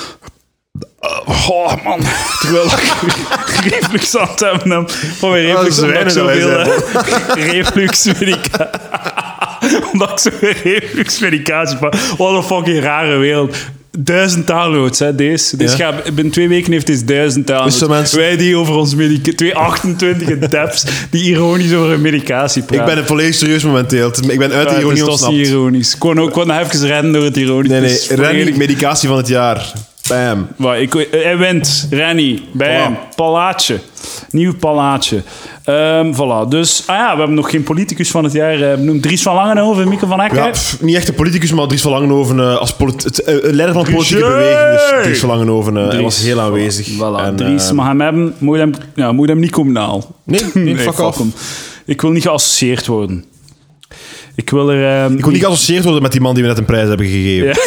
Uh, oh, man. Terwijl ik reflux aan het hebben heb. Van mijn reflux, oh, omdat ik zoveel uh, refluxmedicatie... omdat ik zo'n refluxmedicatie pak. Wat een fucking rare wereld. Duizend downloads, hè, deze. deze Ja. gaat, binnen twee weken heeft deze duizend downloads. Mensen... Wij die over ons medicatie... Twee achtentwintig deps die ironisch over hun medicatie praten. Ik ben volledig serieus momenteel. Ik ben uit de ja, ironie dus ontsnapt. Dat is niet ironisch. Ik kon ook kon nog even rennen door het ironisch. Nee, nee. Dus Rennie, volledig... medicatie van het jaar. Bam. Maar ik, hij wint. Rennie. Bam. Voilà. Palaatje. Nieuw palaatje. Um, voilà. Dus, ah ja, we hebben nog geen politicus van het jaar uh, benoemd. Dries van Langenhoven, Mieke van Eck. Ja, pff, niet echt een politicus, maar Dries van Langenhoven uh, als polit- het, uh, leider van een politieke Dries! beweging. Dus Dries van Langenhoven uh, hij was heel aanwezig. Voilà. En, Dries uh, mag hem hebben. Moet hem, ja, moet hem niet komen halen. Nee, nee, nee fuck fuck off. hem. Ik wil niet geassocieerd worden. Ik wil er... Um, Ik wil niet geassocieerd worden met die man die we net een prijs hebben gegeven. Ja.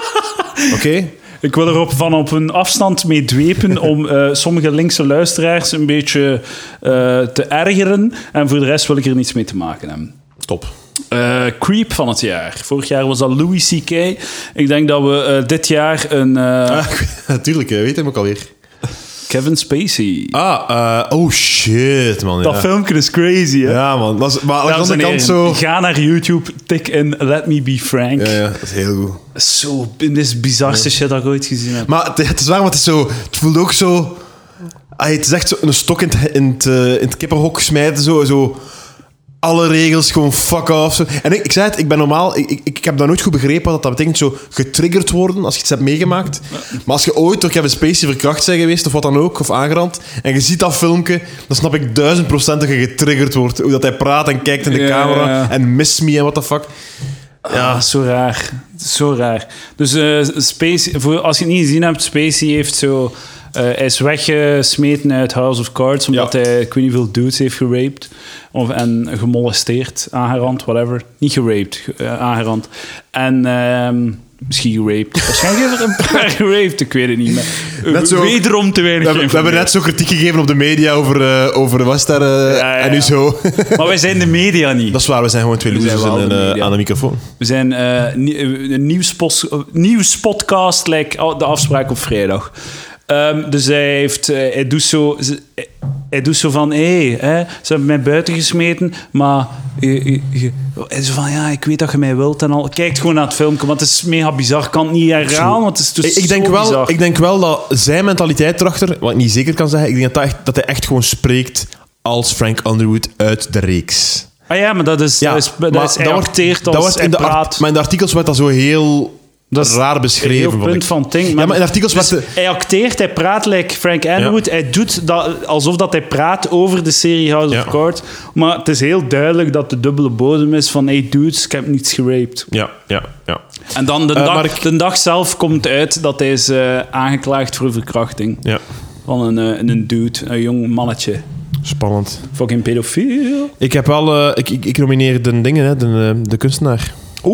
Oké? Okay? Ik wil er op, van op een afstand mee dwepen om uh, sommige linkse luisteraars een beetje uh, te ergeren. En voor de rest wil ik er niets mee te maken hebben. Top. Uh, Creep van het jaar. Vorig jaar was dat Louis C K. Ik denk dat we uh, dit jaar een... Uh, ah, natuurlijk, weet hem ook alweer. Kevin Spacey. Ah, uh, oh shit, man. Dat ja. filmpje is crazy, hè? Ja, man. Dat is, maar aan de andere kant zo... Ga naar YouTube, tik in Let Me Be Frank. Ja, ja, dat is heel goed. Zo, dit is het bizarste ja. shit dat ik ooit gezien heb. Maar het, het is waar, maar het is zo... Het voelt ook zo... Ah, het is echt zo een stok in het, in het, uh, in het kippenhok smijten, zo... zo alle regels gewoon fuck off. Zo. En ik, ik zei het, ik ben normaal... Ik, ik, ik heb dat nooit goed begrepen, dat dat betekent zo getriggerd worden als je iets hebt meegemaakt. Maar als je ooit door Kevin Spacey verkracht bent geweest, of wat dan ook, of aangerand, en je ziet dat filmpje, dan snap ik duizend procent dat je getriggerd wordt. Hoe dat hij praat en kijkt in de ja, camera, ja. en miss me en what the fuck. Ja, ah, zo raar. Zo raar. Dus uh, Spacey, voor, als je het niet gezien hebt, Spacey heeft zo... Uh, hij is weggesmeten uit House of Cards omdat ja. hij ik weet niet veel dudes heeft geraped of, en gemolesteerd, aangerand, whatever. Niet geraped, uh, aangerand. En uh, misschien geraped. Waarschijnlijk heeft er een paar geraped, ik weet het niet meer. Net zo, wederom te weinig. We, we, we hebben net zo kritiek gegeven op de media over, uh, over was daar uh, ja, ja, en nu zo. Maar wij zijn de media niet. Dat is waar, we zijn gewoon twee losers in, uh, aan de microfoon. We zijn uh, een nieuwspos, nieuwspodcast, like de afspraak op vrijdag. Um, dus hij, heeft, uh, hij, doet zo, hij, hij doet zo van... Hé, hey, ze hebben mij buiten gesmeten, maar... Je, je, je, hij zo van, ja, ik weet dat je mij wilt en al. Kijk gewoon naar het filmpje, want het is mega bizar. Ik kan het niet herhalen, want het is dus ik, ik zo denk wel, bizar. Ik denk wel dat zijn mentaliteit erachter, wat ik niet zeker kan zeggen, ik denk dat, dat, echt, dat hij echt gewoon spreekt als Frank Underwood uit de reeks. Ah ja, maar dat is... Ja, dat is, dat is hij acteert als dat was in de praat. Art, maar in de artikels werd dat zo heel... Dat is raar beschreven. Een punt van ding. Ja, maar in artikels dus werd... Hij acteert, hij praat like Frank Underwood. Ja. Hij doet dat alsof dat hij praat over de serie House ja. of Cards. Maar het is heel duidelijk dat de dubbele bodem is van hey dudes, ik heb niets geraped. Ja, ja, ja. En dan de, uh, dag, ik... de dag zelf komt uit dat hij is uh, aangeklaagd voor verkrachting. Ja. Van een, uh, een dude, een jong mannetje. Spannend. Fucking pedofiel. Ik heb wel... Uh, ik, ik, ik nomineer de dingen, hè, de, de kunstenaar.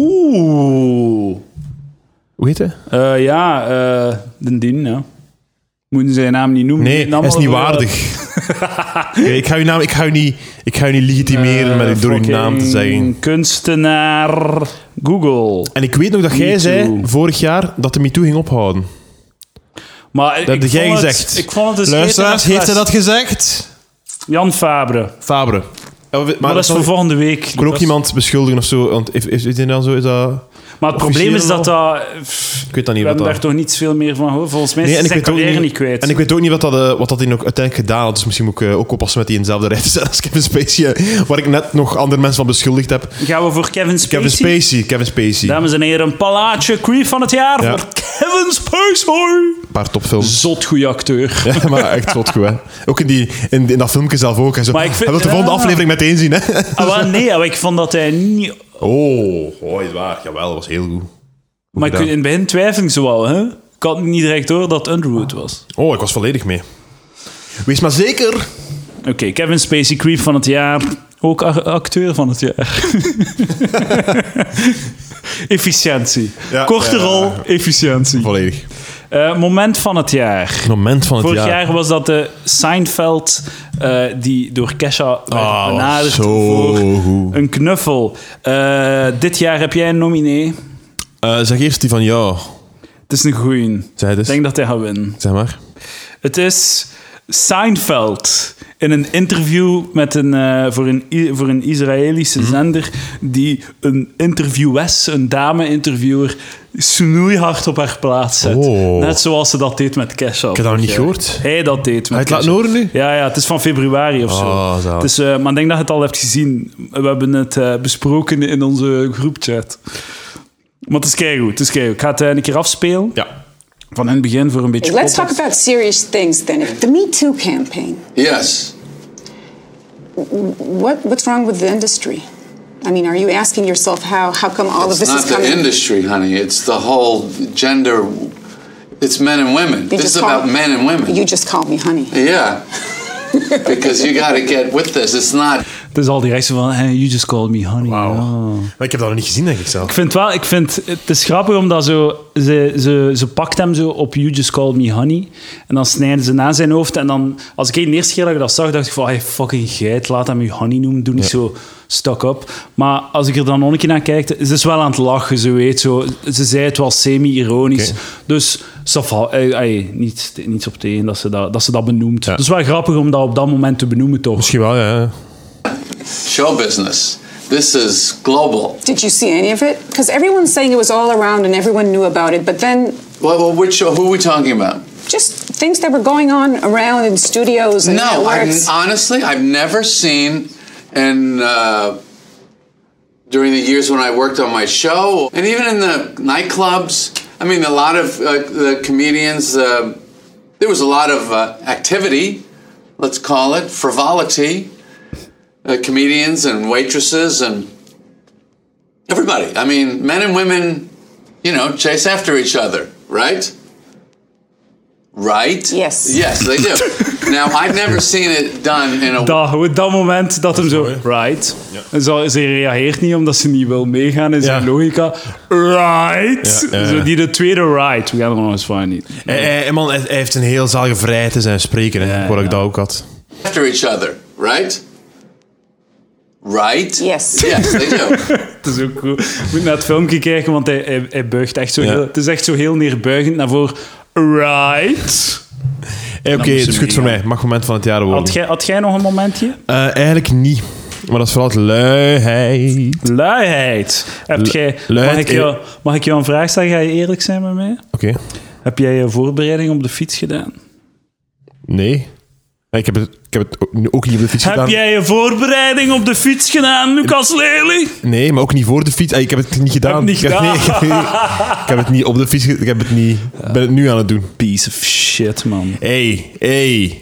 Oeh... Hoe heet hij? Uh, ja, uh, de Dien, ja. Moeten zijn naam niet noemen. Nee, hij is niet waardig. okay, ik, ga uw naam, ik, ga u niet, ik ga u niet legitimeren uh, met, door uw naam te zeggen. Kunstenaar Google. En ik weet nog dat Me jij too. zei vorig jaar dat de MeToo ging ophouden. Maar dat heb jij gezegd. Het, ik vond het dus Luisteraars, heeft hij dat gezegd? Jan Fabre. Fabre. Maar, maar dat, dat is voor nog, volgende week. Ik kon ook iemand beschuldigen of zo. Want is, is, is hij dan zo... Is dat... Maar het probleem is dat dat... Ik weet dat niet we hebben dat... daar toch niet veel meer van gehoord. Volgens mij nee, is zijn carrière niet kwijt. En ik weet ook niet wat dat, uh, wat dat hij nog uiteindelijk gedaan had. Dus misschien moet ik uh, ook oppassen met die in dezelfde rij te zijn als Kevin Spacey. Uh, waar ik net nog andere mensen van beschuldigd heb. Gaan we voor Kevin Spacey? Kevin Spacey. Kevin Spacey. Dames en heren, een palaatje Creep van het jaar ja. voor Kevin Spacey. Een paar topfilms. Zot goeie acteur. Ja, maar echt zot goed, hè. Ook in, die, in, in dat filmpje zelf ook. Hij, zo, maar ik vind, hij wil de volgende ja. aflevering meteen zien, hè. Ah, maar nee, maar ik vond dat hij niet... Oh, oh is waar. Jawel, dat was heel goed. Hoe maar ik, in het begin twijfel ik zo wel, hè. Ik had niet direct door dat het Underwood was. Oh, ik was volledig mee. Wees maar zeker. Oké, okay, Kevin Spacey, Creep van het jaar. Ook acteur van het jaar. Efficiëntie. Ja, Korte ja, rol, efficiëntie. Volledig. Uh, moment van het jaar. Moment van het Vorig jaar. jaar was dat de Seinfeld uh, die door Kesha werd Oh, benaderd zo voor goed. een knuffel. Uh, dit jaar heb jij een nominee. Uh, zeg eerst die van jou. Het is een goeie. Zeg Ik dus. denk dat hij gaat winnen. Zeg maar. Het is Seinfeld in een interview met een, uh, voor, een, voor een Israëlische mm-hmm. zender die een interviewes, een dame-interviewer, snoeihard op haar plaats zet. Oh. Net zoals ze dat deed met Kesha. Ik heb dat nog niet gehoord. Hij dat deed met Hij het laten Kesha. horen nu? Ja, ja, het is van februari of zo. Oh, zo. Het is, uh, maar ik denk dat je het al hebt gezien. We hebben het uh, besproken in onze groepchat. Maar het is keigoed, het is keigoed. Ik ga het uh, een keer afspelen. Ja. Van in het begin voor een beetje Let's context. talk about serious things then. The Me Too campaign. Yes. What what's wrong with the industry? I mean, are you asking yourself how how come all It's of this not is the coming? industry, honey. It's the whole gender. It's men and women. You This just is call- about men and women. You just called me honey. Yeah. Because you got to get with this. It's not. Het is al direct zo van, hey, you just called me honey. Wauw. Oh. Maar ik heb dat nog niet gezien, denk ik zelf. Ik vind wel, ik vind, het is grappig omdat zo, ze, ze, ze pakt hem zo op You Just Called Me Honey en dan snijden ze na zijn hoofd en dan, als ik de eerste keer dat ik dat zag, dacht ik van, hey, fucking geit, laat hem je honey noemen, doe niet ja. zo stuck up. Maar als ik er dan nog een keer naar kijk, ze is wel aan het lachen, zo weet, zo, ze zei het wel semi-ironisch, okay. Dus Safa, ey, ey, niets, niets op tegen dat ze dat, dat, ze dat benoemt. Ja. Het is wel grappig om dat op dat moment te benoemen, toch? Misschien wel, ja. Show business. This is global. Did you see any of it? Because everyone's saying it was all around and everyone knew about it, but then Well, well which show? Who are we talking about? just things that were going on around in studios and No, I've, networks. honestly, I've never seen, and uh, during the years when I worked on my show, and even in the nightclubs, I mean, a lot of uh, the comedians, uh, there was a lot of uh, activity, let's call it, frivolity, uh, comedians and waitresses and everybody. I mean, men and women, you know, chase after each other, right? Right? Yes. Yes, they do. Now, I've never seen it done in a... Dat, dat moment dat hem zo, right. Ja. En zo, ze reageert niet omdat ze niet wil meegaan in zijn ja. logica. Right. Ja, ja, ja. Zo die de tweede right. We gaan er nog eens van niet. Nee. Hij, hij, man, hij heeft een heel zalige vrijheid in zijn spreken, hè, ja, wat ja. ik dat ook had. After each other, right? Right? Yes. Yes, they do. Het is ook goed. Je moet naar het filmpje kijken, want hij, hij, hij buigt echt zo ja. heel... Het is echt zo heel neerbuigend naar voren. Right. Hey, Oké, okay, het is goed voor mij. Mag moment van het jaar worden. Had jij, had jij nog een momentje? Uh, eigenlijk niet. Maar dat is vooral luiheid. Luiheid. Heb jij, mag, ik jou, mag ik jou een vraag stellen? Ga je eerlijk zijn met mij? Oké. Okay. Heb jij je voorbereiding op de fiets gedaan? Nee. Ik heb het, ik heb het ook niet op de fiets heb gedaan. Heb jij je voorbereiding op de fiets gedaan, Lucas Lely? Nee, maar ook niet voor de fiets. Ik heb het niet gedaan. Heb niet ik, heb, gedaan. Nee, ik, heb, nee, ik heb het niet op de fiets gedaan. Ik heb het niet... Ik ben het nu aan het doen. Piece of shit, man. Hey, hey.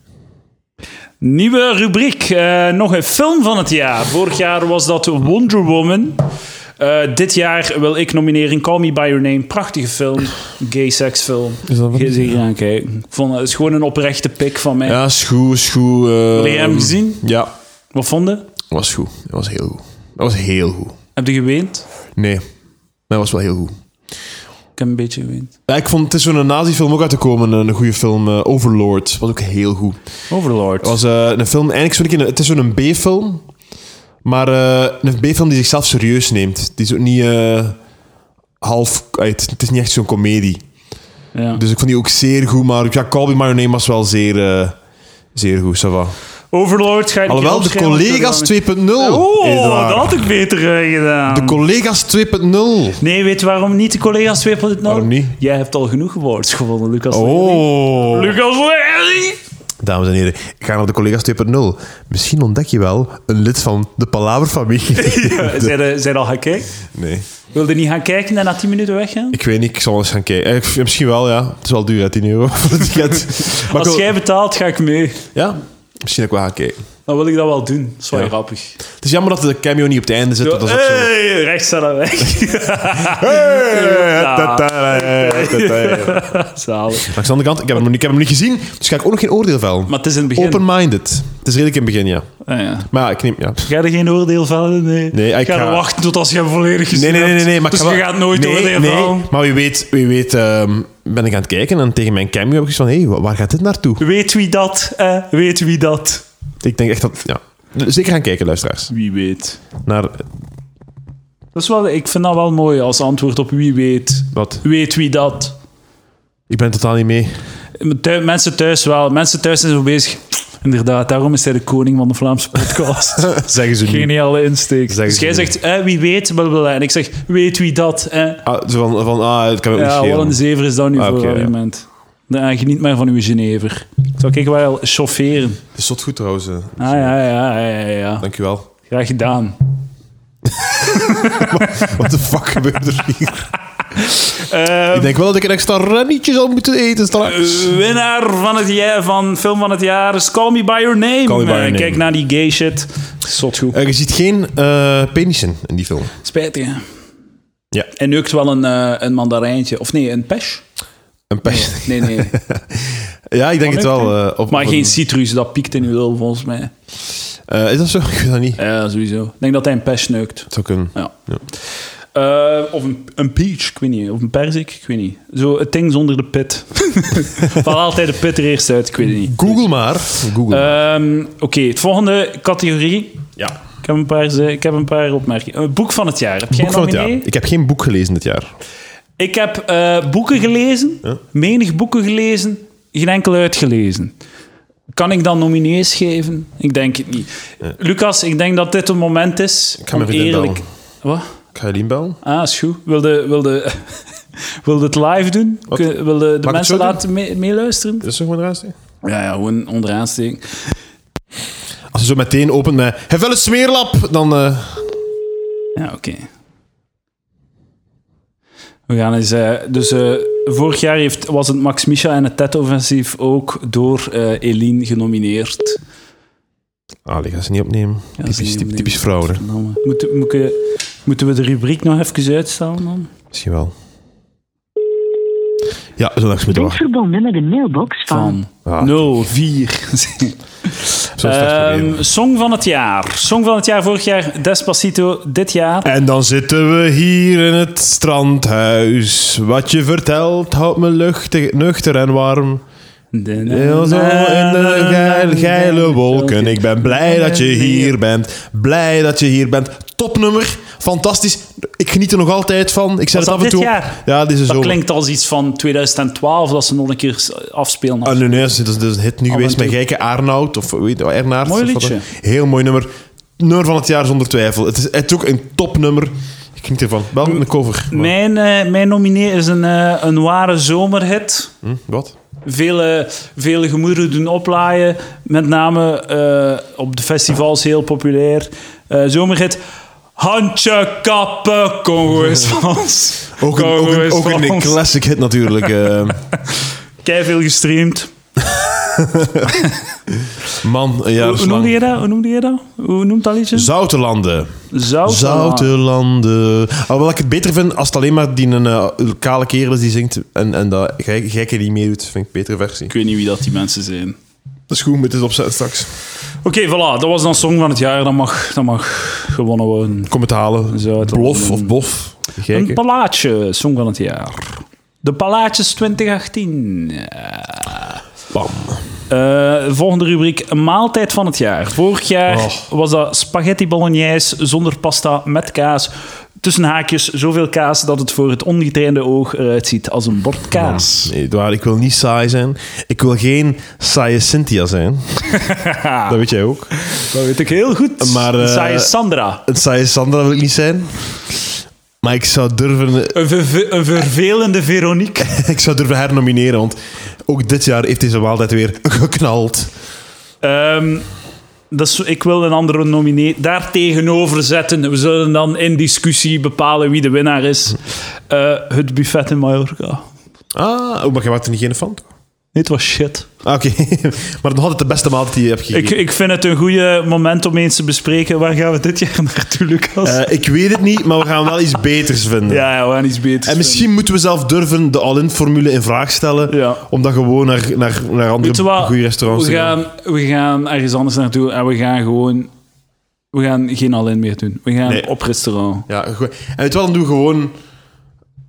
Nieuwe rubriek. Uh, nog een film van het jaar. Vorig jaar was dat Wonder Woman. Uh, dit jaar wil ik nomineren Call Me By Your Name. Prachtige film. Gay sex film. Ga zeker aan kijken. Ik vond het is gewoon een oprechte pick van mij. Ja, is goed, is goed. Uh, Heb je hem gezien? Ja. Wat vond je? Dat was goed. Dat was heel goed. Dat was heel goed. Heb je geweend? Nee. Maar dat was wel heel goed. Ik heb een beetje geweend. Ja, ik vond het is zo'n nazi-film ook uit te komen. Een goede film. Uh, Overlord. Was ook heel goed. Overlord. Het was uh, een film... Eigenlijk zo'n, het is zo'n B-film... Maar uh, een B-film die zichzelf serieus neemt. Die is ook niet uh, half... Het, het is niet echt zo'n komedie. Ja. Dus ik vond die ook zeer goed. Maar ja, Call Me By Your Name was wel zeer, uh, zeer goed. Ça va. Overlord ga je Alhoewel, de Collega's twee punt nul. Oh, Edouard. Dat had ik beter uh, gedaan. De Collega's twee punt nul. Nee, weet je waarom niet de Collega's twee punt nul? Waarom niet? Jij hebt al genoeg awards gewonnen, Lucas Oh. Lely. Lucas Lely. Dames en heren, ik ga naar de Collega's twee punt nul. Misschien ontdek je wel een lid van de Palaver-familie. Ja, zijn je al gaan kijken? Nee. Wilde niet gaan kijken en na tien minuten weggaan? Ik weet niet, ik zal eens gaan kijken. Eh, misschien wel, ja. Het is wel duur, hè, tien euro voor het ticket. Als wil... jij betaalt, ga ik mee. Ja, misschien dat ik wel gaan kijken. Dan wil ik dat wel doen. Dat is wel ja. grappig. Het is jammer dat de cameo niet op het einde zit. Zo, dat is hey, zo... rechts staat dat weg. Zalig. Langs de andere kant, ik heb, hem nog, ik heb hem niet gezien, dus ga ik ook nog geen oordeel vellen. Maar het is in het begin. Open-minded. Het is redelijk in het begin, ja. Ah, ja. Maar ja, ik neem... Ja. Ga je geen oordeel vellen? Nee. nee ik ga, ga... wachten tot als je hem volledig gezien nee, nee, nee, nee, nee, hebt. maar dus wel... je gaat nooit nee, oordeel nee, vellen. Maar wie weet... Wie weet um... ben ik aan het kijken en tegen mijn cameo heb ik gezegd van, hé, hey, waar gaat dit naartoe? Weet wie dat, eh? Weet wie dat? Ik denk echt dat... Ja. Zeker gaan kijken, luisteraars. Wie weet. Naar... Dat is wel, ik vind dat wel mooi als antwoord op wie weet. Wat? Weet wie dat? Ik ben totaal niet mee. Thu- mensen thuis wel. Mensen thuis zijn zo bezig. Inderdaad, daarom is hij de koning van de Vlaamse podcast. Zeggen ze nu. Geniale insteek. Zeggen Dus jij ze nu. zegt, eh, wie weet, blablabla. En ik zeg, weet wie dat? Eh? Ah, zo van, van, ah, het kan ook niet Ja, schelen. wat een zever is dat nu Ah, voor oké, ja. argument. Ja, geniet maar van uw Genever. Ik zou kijken wel chaufferen. Het is zot goed trouwens. eh. Ah, ja, ja, ja, ja, ja. Dankjewel. Graag gedaan. Wat de fuck gebeurt er hier? Uh, Ik denk wel dat ik een extra rennetje zal moeten eten straks. winnaar van het jaar, van film van het jaar is Call Me By Your Name. Call Me By Your Uh, Name. Kijk naar die gay shit. Zot goed. Uh, je ziet geen uh, penissen in die film. Spijtig, hè? Ja. En neukt wel een, uh, een mandarijntje. Of nee, een pesh? Een pest. Nee, nee. Ja, ik denk het wel. Uh, op, Maar op geen een- citrus, dat piekt in uw lul, volgens mij. Uh, is dat zo? Ik weet dat niet. Ja, sowieso. Ik denk dat hij een pesh neukt. Het zou kunnen. Ja. Ja. Uh, of een, een peach, ik weet niet. Of een perzik, ik weet niet. Zo het ding zonder de pit. Val altijd de pit er eerst uit, ik weet het niet. Google maar. Google. maar. Um, Oké, het volgende categorie. ja. Ik heb een paar, ze- ik heb een paar opmerkingen. Een boek van het jaar. Heb jij Boek van het nog jaar. mee? Ik heb geen boek gelezen dit jaar. Ik heb uh, boeken gelezen, Ja. menig boeken gelezen, geen enkel uitgelezen. Kan ik dan nominees geven? Ik denk het niet. Lucas, ik denk dat dit een moment is Ik ga om mijn vriendin eerlijk... Wat? Ik ga je die bellen. Ah, is goed. Wilde, wilde, wilde het live doen? Wat? Kun- Wilde de het mensen zo doen? laten mee- meeluisteren? Is dat zo gewoon eruit? Ja, ja, gewoon onderaan steken. Als je zo meteen opent met... Heb wel een smeerlap? Dan... Uh... Ja, oké. We gaan eens... eh, dus eh, vorig jaar heeft, was het Max Micha en het T E D-offensief ook door eh Eline genomineerd. Ah, die gaan ze niet opnemen. Ja, typisch, ze niet typ- opnemen. typisch vrouwen. hè. Verdamme. Moeten, moet ik- moeten we de rubriek nog even uitstellen dan? Misschien wel. Ja, zo langs moeten Bent wachten. verbonden met de mailbox van... Van Ah, nul vier. Zo straks proberen. Ehm, Song van het jaar. Song van het jaar vorig jaar Despacito, dit jaar. En dan zitten we hier in het strandhuis. Wat je vertelt houdt me luchtig, nuchter en warm. Heel zo in de geile, geile wolken. Ik ben blij dat je hier bent. Blij dat je hier bent. Topnummer. Fantastisch. Ik geniet er nog altijd van. Ik zet Was het af dat en toe. dit op. jaar? Ja, deze Dat zomer. klinkt als iets van twintig twaalf, dat ze nog een keer afspelen. Ah, nee, nee, dat is, dat is een hit nu Af geweest en met toe. Gijke Arnoud. Of weet je, Ernaert. Mooi of wat liedje. dan. Heel mooi nummer. Nummer van het jaar zonder twijfel. Het is, het is ook een topnummer. Ik geniet ervan. Wel een cover. maar- Mijn, eh, mijn nominee is een, eh, een ware zomerhit. Hm, wat? Vele, vele gemoederen doen oplaaien. Met name eh, op de festivals heel populair. Eh, zomerhit. Handje, kappen, Congo is Frans. Ook een, ook Congo een, is ook een Frans. classic hit natuurlijk. eh. Kei veel gestreamd. Man, een jaar Hoe, hoe noemde je dat? Hoe noemde je dat? Hoe noemt dat liedje? Zoutelanden. Zout. Zoutelanden. Alhoewel ik het beter vind als het alleen maar die een eh, kale kerel is die zingt en, en dat gek- gekke die meedoet. Vind ik een betere versie. Ik weet niet wie dat die mensen zijn. Dat is goed, maar het is opzet straks. Oké, voilà. Dat was dan Song van het jaar. Dat mag, dat mag gewonnen worden. Kom het halen. Zoutelanden. Blof of bof. Een Gekke. palaatje. Song van het jaar. De Palaatjes twintig achttien. Ja. Bam. Eh, volgende rubriek, een maaltijd van het jaar. Vorig jaar Oh. was dat spaghetti bolognese zonder pasta met kaas. Tussen haakjes zoveel kaas dat het voor het ongetrainde oog eruit ziet als een bord kaas. Nee, waar, ik wil niet saai zijn. Ik wil geen saaie Cynthia zijn. Dat weet jij ook. Dat weet ik heel goed. Maar, eh, Saaie Sandra. Een saaie Sandra wil ik niet zijn. Maar ik zou durven... Een, verve- een vervelende Veronique. ik zou durven hernomineren, want ook dit jaar heeft deze maaltijd weer geknald. Ehm, dat is, ik wil een andere nominee daar tegenover zetten. We zullen dan in discussie bepalen wie de winnaar is. Eh, het buffet in Mallorca. Ah, oh, maar jij was er niet geen van? Nee, het was shit. Ah, oké. maar dan had het de beste maaltijd die je hebt Ik, gegeten. ik vind het een goede moment om eens te bespreken. Waar gaan we dit jaar naartoe, Lucas? Eh, ik weet het niet, maar we gaan wel iets beters vinden. ja, ja, we gaan iets beters En misschien moeten we zelf durven de all-in-formule in vraag stellen. Ja. Om dan gewoon naar, naar, naar andere Weet je wat? goede restaurants we te gaan. gaan, we gaan ergens anders naartoe en we gaan gewoon... We gaan geen all-in meer doen. We gaan Nee. op restaurant. Ja, goed. En weet je wat, dan doen we gewoon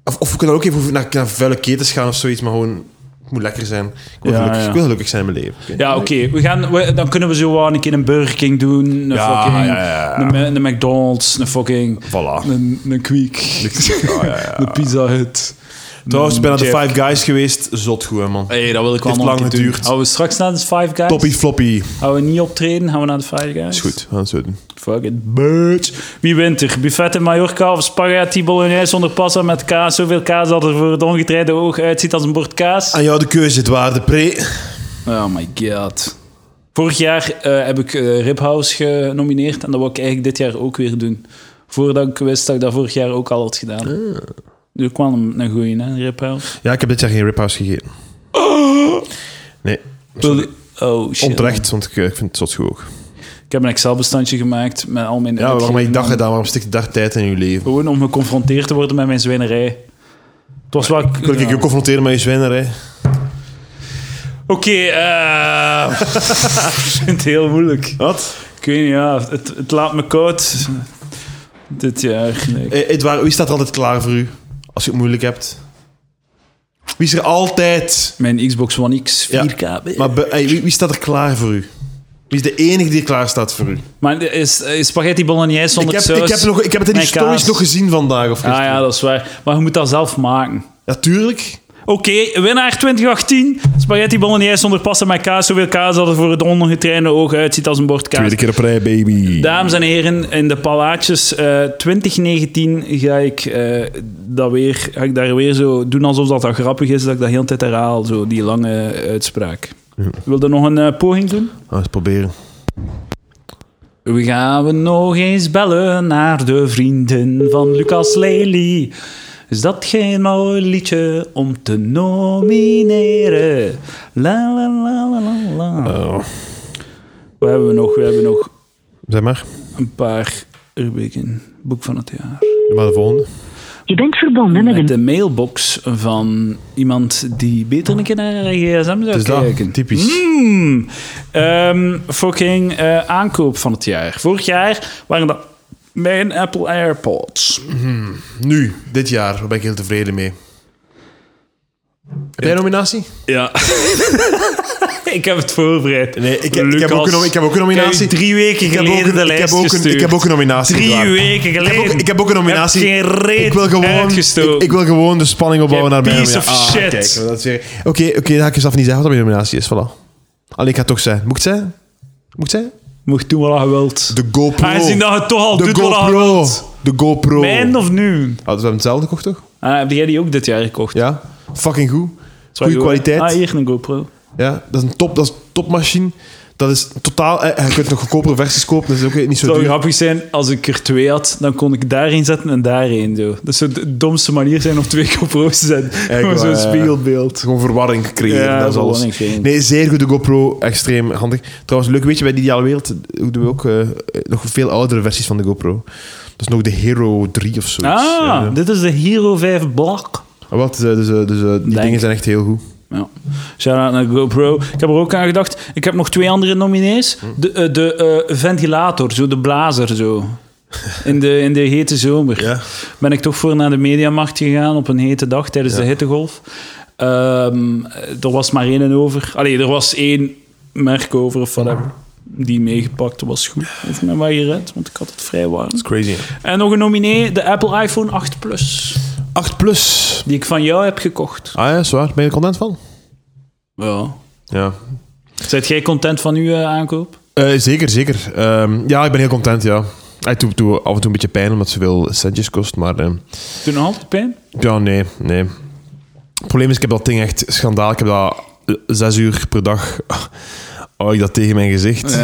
Of, of we kunnen ook even naar, naar vuile ketens gaan of zoiets, maar gewoon... Het moet lekker zijn. Ik wil, Ja, gelukkig, ja. ik wil gelukkig zijn in mijn leven. Okay. Ja, oké. We gaan. we- Dan kunnen we zo wel een keer een Burger King doen. Een Ja, fucking... ja, ja. Een, een McDonald's. Een fucking... Voilà. Een, een Quick. Ja, ja, ja. Een Pizza Hut. Trouwens, ik ben naar de Jeff. Five Guys geweest. Zot goed, hè, man. Hey, dat wil ik wel Heeft nog lang een keer doen. geduurd. Gaan we straks naar de Five Guys? Toppie floppy. Gaan we niet optreden? Gaan we naar de Five Guys? Is goed, we gaan het zo doen. Fuck it, bitch. Wie wint er? Buffet in Mallorca of spaghetti bolognese zonder pasta met kaas? Zoveel kaas dat er voor het ongetrainde oog uitziet als een bord kaas? Aan jou de keuze, het waarde pre. Oh my god. Vorig jaar eh, heb ik eh, Ribhouse genomineerd en dat wil ik eigenlijk dit jaar ook weer doen. Voordat ik wist dat ik dat vorig jaar ook al had gedaan. Ah. Dus ik kwam een, een goeie, hè, Ribhouse. Ja, ik heb dit jaar geen ribhouse gegeten. Nee, Oh shit. onterecht, want ik, ik vind het zot goed ook. Ik heb een Excel-bestandje gemaakt met al mijn... Ja, waarom heb je uitgevingen. dat gedaan? Waarom stik je daar tijd in je leven? Gewoon om geconfronteerd te worden met mijn zwijnerij. Het was wel... Ik wil ik je confronteren met je zwijnerij? Oké, eh, ik vind het heel moeilijk. Wat? Ik weet niet, ja, het, het laat me koud dit jaar. Nee. Hey, Edouard, wie staat er altijd klaar voor u als je het moeilijk hebt? Wie is er altijd? Mijn Xbox One X Ja, vier K. Maar, Maar be- hey, wie, wie staat er klaar voor u? Wie is de enige die klaar staat voor u? is, is spaghetti bolognese Ik zonder heb, saus? ik, heb nog, ik heb het in die met stories kaas? nog gezien vandaag. Of Ah gisteren. ja, dat is waar. Maar je moet dat zelf maken. Ja, tuurlijk. Oké, winnaar twintig achttien. Spaghetti bolognese zonder pasta met kaas. Zoveel kaas dat er voor het ongetrainde oog uitziet als een bord kaas. Tweede keer op rij, baby. Dames en heren, in de Palaatjes eh twintig negentien ga ik, eh, dat weer, ga ik daar weer zo doen alsof dat, dat grappig is, dat ik dat heel de tijd herhaal, zo die lange uitspraak. Wil je nog een eh, poging doen? Ga eens proberen. We gaan we nog eens bellen naar de vrienden van Lucas Lely. Is dat geen mooi liedje om te nomineren? La la la la la la. Oh. We hebben nog, we hebben nog Zeg maar. een paar rubrieken. Boek van het jaar. Doe maar de volgende. Je bent verbonden met Met de een... mailbox van iemand die beter een keer naar haar gsm zou Het is dat, kijken. typisch. Mm. Ehm, fucking eh, aankoop van het jaar. Vorig jaar waren dat mijn Apple AirPods. Nu, dit jaar, daar ben ik heel tevreden mee. Heb jij een nominatie? Ja. Ik heb het voorbereid. Nee, ik heb, ik heb, Lucas, ook, een, nom- ik heb ook een nominatie. ik heb u drie weken Ik heb geleden ook een- de ik lijst heb ook een- gestuurd. Ik heb ook een nominatie. Drie Edouard. weken Ik geleden. heb ook, ik heb ook een nominatie. Heb geen reet ik wil gewoon, uitgestoken. ik, ik wil gewoon de spanning opbouwen Je naar mijn piece of nominatie. shit. Kijk, dat is weer... Oké, oké, dan ga ik zelf niet zeggen wat mijn nominatie is. Voilà. Alleen ik ga het toch zeggen. Moet ik het zeggen? Moet ik het zeggen? Mocht doen wat je wilt. De GoPro. Aangezien dat je toch al de doet wat je GoPro. wilt. De GoPro. Mijn of nu? Oh, dus we hebben hetzelfde gekocht, toch? Ah, heb jij die ook dit jaar gekocht? Ja. Fucking goed. Zou Goede je- kwaliteit. Ah, hier een GoPro. Ja, dat is een top, dat is een topmachine. Dat is totaal... Eh, je kunt nog goedkopere versies kopen, dat is ook niet Het zo zou duur. grappig zijn als ik er twee had, dan kon ik daarin zetten en daarin. Zo. Dat zou de domste manier zijn om twee GoPro's te zetten. Gewoon zo'n wel, ja. spiegelbeeld. Gewoon verwarring creëren, Ja, dat is alles. verwarring creëren. Nee, zeer goede GoPro, extreem handig. Trouwens, leuk, weet je, bij de Ideale Wereld doen we ook eh, nog veel oudere versies van de GoPro. Dat is nog de Hero drie of zo. Ah, Ja. dit is de Hero vijf Black. Ah, wat, dus, dus, dus, dus, die Denk. dingen zijn echt heel goed. Ja. Shout-out naar GoPro. Ik heb er ook aan gedacht. Ik heb nog twee andere nominees. De, eh, de eh, ventilator, zo de blazer, zo. In de, in de hete zomer. Ja. Ben ik toch voor naar de Mediamarkt gegaan op een hete dag tijdens de hittegolf. Ehm, er was maar één over. Allee, er was één merk over of whatever. Die meegepakt was goed. Heeft mij wel gered, want ik had het vrij warm. Crazy, hè? En nog een nominee, de Apple iPhone acht Plus. acht plus. Die ik van jou heb gekocht. Ah ja, zwaar. Ben je er content van? Ja. Ja. Zijt jij content van uw eh, aankoop? Eh, zeker, zeker. Ehm, ja, ik ben heel content, ja. Het doet, doet af en toe een beetje pijn, omdat het zoveel centjes kost, maar... ehm, Doe nog altijd pijn? ja, nee, nee. Het probleem is, ik heb dat ding echt schandaal. Ik heb dat eh, zes uur per dag... hou ik dat tegen mijn gezicht.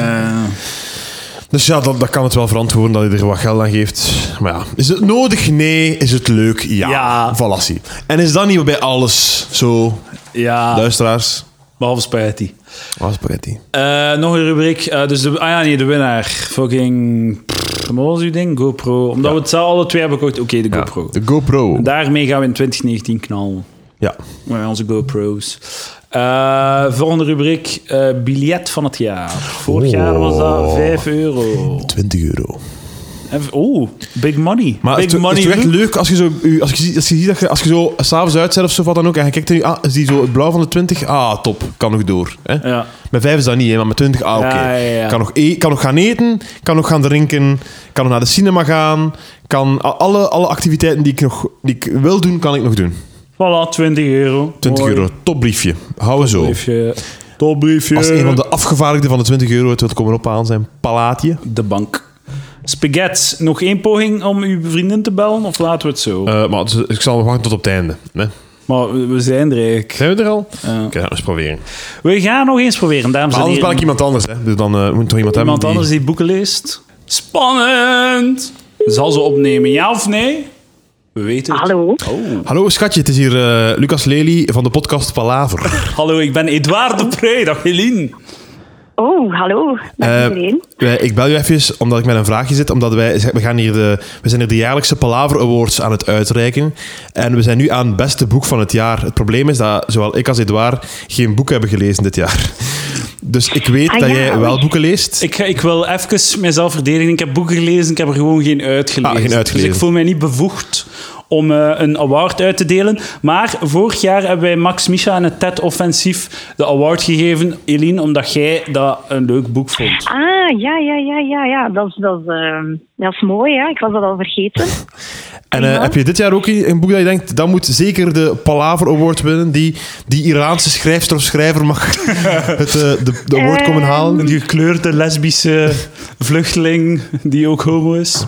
Dus ja, dat, dat kan het wel verantwoorden dat hij er wat geld aan geeft. Maar ja, is het nodig? Nee. Is het leuk? Ja. Ja. Fallacie. En is dat niet bij alles zo, Ja, luisteraars? behalve spaghetti. Ah, spaghetti. Eh, nog een rubriek. eh, dus de, ah ja, nee, de winnaar. Fucking... pff, wat was uw ding? GoPro. Omdat we het zelf alle twee hebben gekocht. Oké, de Ja, GoPro. de GoPro. Daarmee gaan we in twintig negentien knallen. Ja. Met onze GoPro's. Eh, volgende rubriek. eh, biljet van het jaar. Vorig jaar was dat vijf euro. twintig euro. Oh, big money. Maar big het, money het is echt Luke. leuk als je zo, als je ziet, als je, ziet dat je, als je zo s'avonds uit bent of zo, wat dan ook, en je kijkt er nu, ah, zie je zo het blauw van de twintig, ah, top, kan nog door. Hè? Ja. Met vijf is dat niet, hè, maar met twintig, ah, oké. Ja, ja, ja. Kan, nog e- kan nog gaan eten, kan nog gaan drinken, kan nog naar de cinema gaan, kan a- alle, alle activiteiten die ik nog die ik wil doen, kan ik nog doen. Voilà, twintig euro. twintig Mooi. euro, topbriefje. Hou we zo. Briefje. Topbriefje. Als een van de afgevaardigden van de twintig euro het wil komen ophalen zijn palaatje. De bank. Spaghetti. Nog één poging om uw vriendin te bellen? Of laten we het zo? Uh, maar dus, ik zal nog wachten tot op het einde. Hè? Maar we we zijn er eigenlijk. Zijn we er al? Ja. Oké, okay, eens proberen. We gaan nog eens proberen, dames Maar en anders heren. bel ik iemand anders. Hè? Dus dan uh, moet toch iemand, Iemand hebben die... anders die boeken leest. Spannend! Zal ze opnemen, ja of nee? We weten het. Hallo. Oh. Hallo schatje, het is hier uh, Lucas Lely van de podcast Palaver. Hallo, ik ben Edouard Dupré. Dag Eline. Oh, hallo. Dag Uh, iedereen. wij, ik bel u even omdat ik met een vraagje zit. Omdat wij, we, gaan hier de, we zijn hier de jaarlijkse Palaver Awards aan het uitreiken. En we zijn nu aan het beste boek van het jaar. Het probleem is dat zowel ik als Edouard geen boek hebben gelezen dit jaar. Dus ik weet Ah, dat ja, jij oei. wel boeken leest. Ik, ga- ik wil even mezelf verdedigen. Ik heb boeken gelezen, ik heb er gewoon geen uitgelezen. Ah, geen uitgelezen. Dus ik voel mij niet bevoegd om uh, een award uit te delen. Maar vorig jaar hebben wij Max Misha en het T E D-offensief de award gegeven, Eline, omdat jij dat een leuk boek vond. Ah, ja, ja, ja, ja, ja. Dat is, dat is, ehm, dat is mooi, ja. Ik was dat al vergeten. En uh, Ja. heb je dit jaar ook een boek dat je denkt, dat moet zeker de Palaver Award winnen? Die, die Iraanse schrijfster of schrijver mag het, uh, de, de award komen Ehm, halen? Een gekleurde lesbische vluchteling die ook homo is.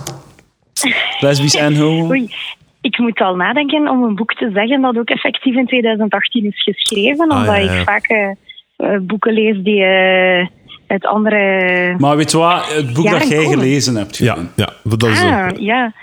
Lesbisch en homo. Oei. Ik moet al nadenken om een boek te zeggen dat ook effectief in twintig achttien is geschreven. Ah, omdat ja, ja. ik vaak uh, uh, boeken lees die uh, uit andere... Maar weet je wat? Het boek Ja, dat jij cool. gelezen hebt. Ja, Jeroen. ja, dat is Ah, zo. ja.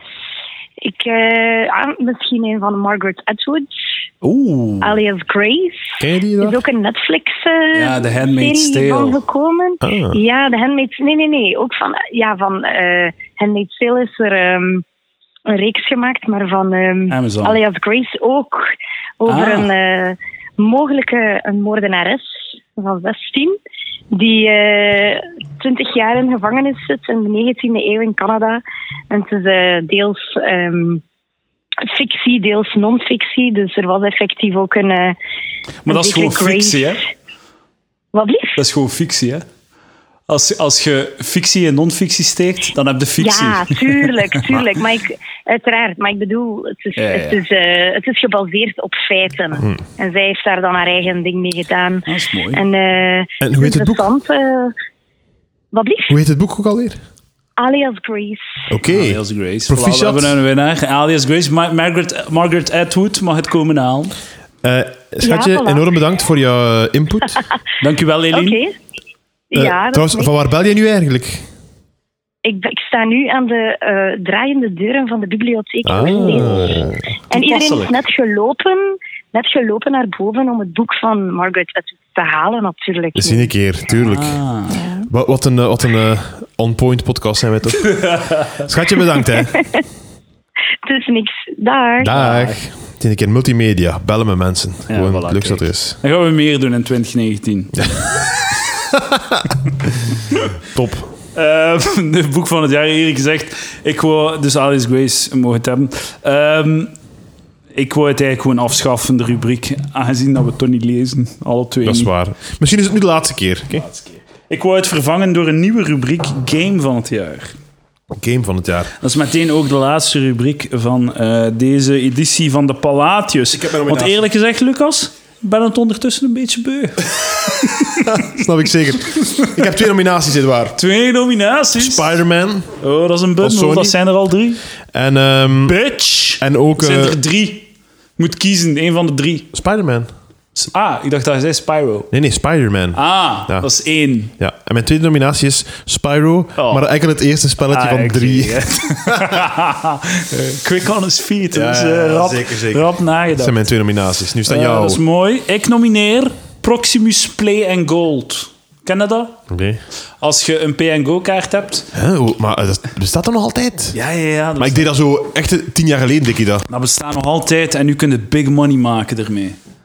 Ik, uh, ah, misschien een van Margaret Atwood, Oeh. alias Grace. Ken je die Er dan? is ook een Netflix uh, Ja, The Handmaid's serie Tale. van gekomen. Ah. Ja, de Handmaid's... Nee, nee, nee. Ook van... Ja, van uh, Handmaid's Tale is er um, een reeks gemaakt, maar van um, Amazon. alias Grace ook. Over Ah. een uh, mogelijke een moordenares van zestien die uh, twintig jaar in gevangenis zit in de negentiende eeuw in Canada. En het is uh, deels um, fictie, deels non-fictie. Dus er was effectief ook een... Uh, Maar een dat is gewoon zekere Grace. fictie, hè? Wat blieft? Dat is gewoon fictie, hè? Als, als je fictie en non-fictie steekt, dan heb je fictie. Ja, tuurlijk, tuurlijk. Maar ik, uiteraard, maar ik bedoel, het is, Ja, ja. Het is, uh, het is gebaseerd op feiten. En zij heeft daar dan haar eigen ding mee gedaan. Dat is mooi. En, uh, En hoe heet het boek? interessant, uh, wat blieft? Hoe heet het boek ook alweer? Alias Grace. Oké. Alias Grace. Proficiat. Voilà, we hebben een winnaar. Alias Grace. Ma- Margaret, Margaret Atwood mag het komen halen. Uh, schatje, Ja, voilà. enorm bedankt voor jouw uh, input. Dank u wel, Oké. Eline. Uh, Ja, dat trouwens, is van waar bel je nu eigenlijk? ik, ik sta nu aan de uh, draaiende deuren van de bibliotheek. Ah. En iedereen is Toepasselijk. net gelopen, net gelopen naar boven om het boek van Margaret Atwood te halen, natuurlijk. Zie een keer, tuurlijk. Ah. Wat, wat een, uh, wat een uh, on-point podcast zijn wij toch? Schatje, bedankt, hè. Het is niks. Dag. Dag. Het is een keer multimedia. Bellen met mensen. Gewoon voilà, het leukste dat kijk. er is. Dan gaan we meer doen in twintig negentien. Top. Uh, het boek van het jaar, eerlijk gezegd. Ik wou, dus Alice Grace mogen het hebben. Um, ik wou het eigenlijk gewoon afschaffen, de rubriek. Aangezien dat we het toch niet lezen. Alle twee Dat is niet. waar. Misschien is het nu de laatste keer. Oké? Ik wou het vervangen door een nieuwe rubriek, Game van het jaar. Game van het jaar. Dat is meteen ook de laatste rubriek van uh, deze editie van de Palaatjes. Ik heb mijn Want nominatie. eerlijk gezegd, Lucas, ik ben het ondertussen een beetje beu. Snap ik zeker. Ik heb twee nominaties, Edouard. Twee nominaties. Spider-Man. Oh, dat is een Van bundel. Sony. Dat zijn er al drie. En, um, Bitch. en ook... Het zijn uh, er drie. Je moet kiezen, één van de drie. Spider-Man. Ah, ik dacht dat hij zei Spyro. Nee, nee, Spider-Man. Ah, Ja. dat is één. Ja. En mijn tweede nominatie is Spyro. Oh. Maar eigenlijk het eerste spelletje Ah, van oké, drie. hè. Eh, Quick on his feet. Ja, dus, ja, eh, ja, rap, zeker, zeker. rap Dat nagedacht. zijn mijn twee nominaties. Nu staan Eh, jou. dat is mooi. Ik nomineer Proximus Play and Gold. Ken je dat? Oké. Als je een P and Go-kaart hebt. Huh, hoe- Maar uh, dat bestaat dat nog altijd? Ja, ja, ja. Dat, Maar ik deed dat zo echt tien jaar geleden, dik je dat. dat bestaat nog altijd en nu kun je big money maken ermee.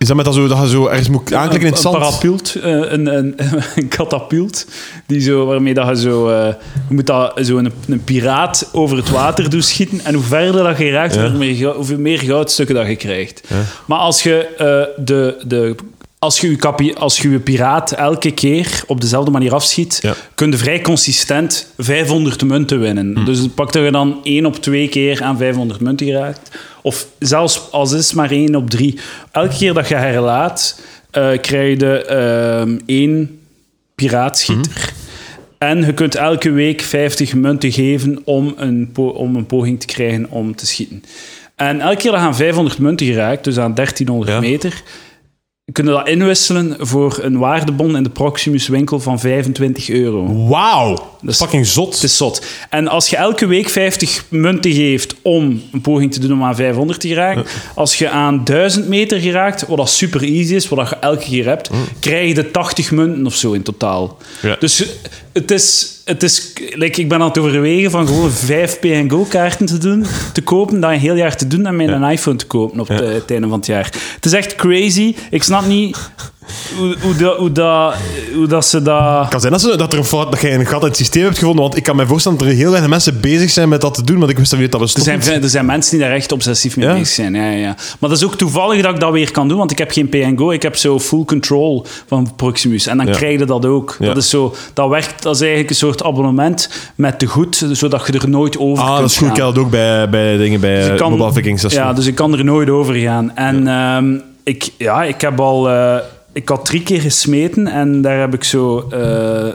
Is dat met dat, zo, dat je zo ergens moet aanklikken in het zand? Een parapult, uh, een, een, een katapult, die zo, waarmee dat je zo... Uh, je moet dat zo een, een piraat over het water doen schieten. En hoe verder dat je raakt, ja. hoe meer, hoeveel meer goudstukken dat je krijgt. Ja. Maar als je uh, de... de Als je, je kapi- als je je piraat elke keer op dezelfde manier afschiet, ja. kun je vrij consistent vijfhonderd munten winnen. Hm. Dus pak dat je dan één op twee keer aan vijfhonderd munten geraakt. Of zelfs als is maar één op drie. Elke keer dat je herlaat, uh, krijg je uh, één piraatschieter. Hm. En je kunt elke week vijftig munten geven om een, po- om een poging te krijgen om te schieten. En elke keer dat je aan vijfhonderd munten geraakt, dus aan dertienhonderd ja. meter... kunnen dat inwisselen voor een waardebon in de Proximus winkel van vijfentwintig euro. Wauw! Dat is fucking zot. Het is zot. En als je elke week vijftig munten geeft om een poging te doen om aan vijfhonderd te geraken, ja. als je aan duizend meter geraakt, wat dat super easy is, wat je elke keer hebt, ja. krijg je tachtig munten of zo in totaal. Ja. Dus het is... Het is, like, ik ben aan het overwegen van gewoon vijf P en Go-kaarten te doen, te kopen, dat een heel jaar te doen en mijn ja. een iPhone te kopen op ja. de, het einde van het jaar. Het is echt crazy. Ik snap niet hoe, hoe, dat, hoe, dat, hoe dat ze dat... Het kan zijn dat, ze, dat, er een fout, dat je een gat in het systeem hebt gevonden, want ik kan me voorstellen dat er heel weinig mensen bezig zijn met dat te doen, want ik wist dat niet dat we stoppen. Er zijn, er zijn mensen die daar echt obsessief mee ja? bezig zijn. Ja, ja. Maar dat is ook toevallig dat ik dat weer kan doen, want ik heb geen P en Go, ik heb zo full control van Proximus. En dan ja. krijg je dat ook. Ja. Dat is zo, dat werkt, dat is eigenlijk een soort abonnement met te goed, zodat je er nooit over ah, kunt dat is goed. gaan. Ik had dat ook bij, bij dingen bij dus kan, Mobile Vikings. Ja, dus ik kan er nooit over gaan. En ja. Um, ik, ja, ik heb al... Uh, ik had drie keer gesmeten en daar heb ik zo... Uh,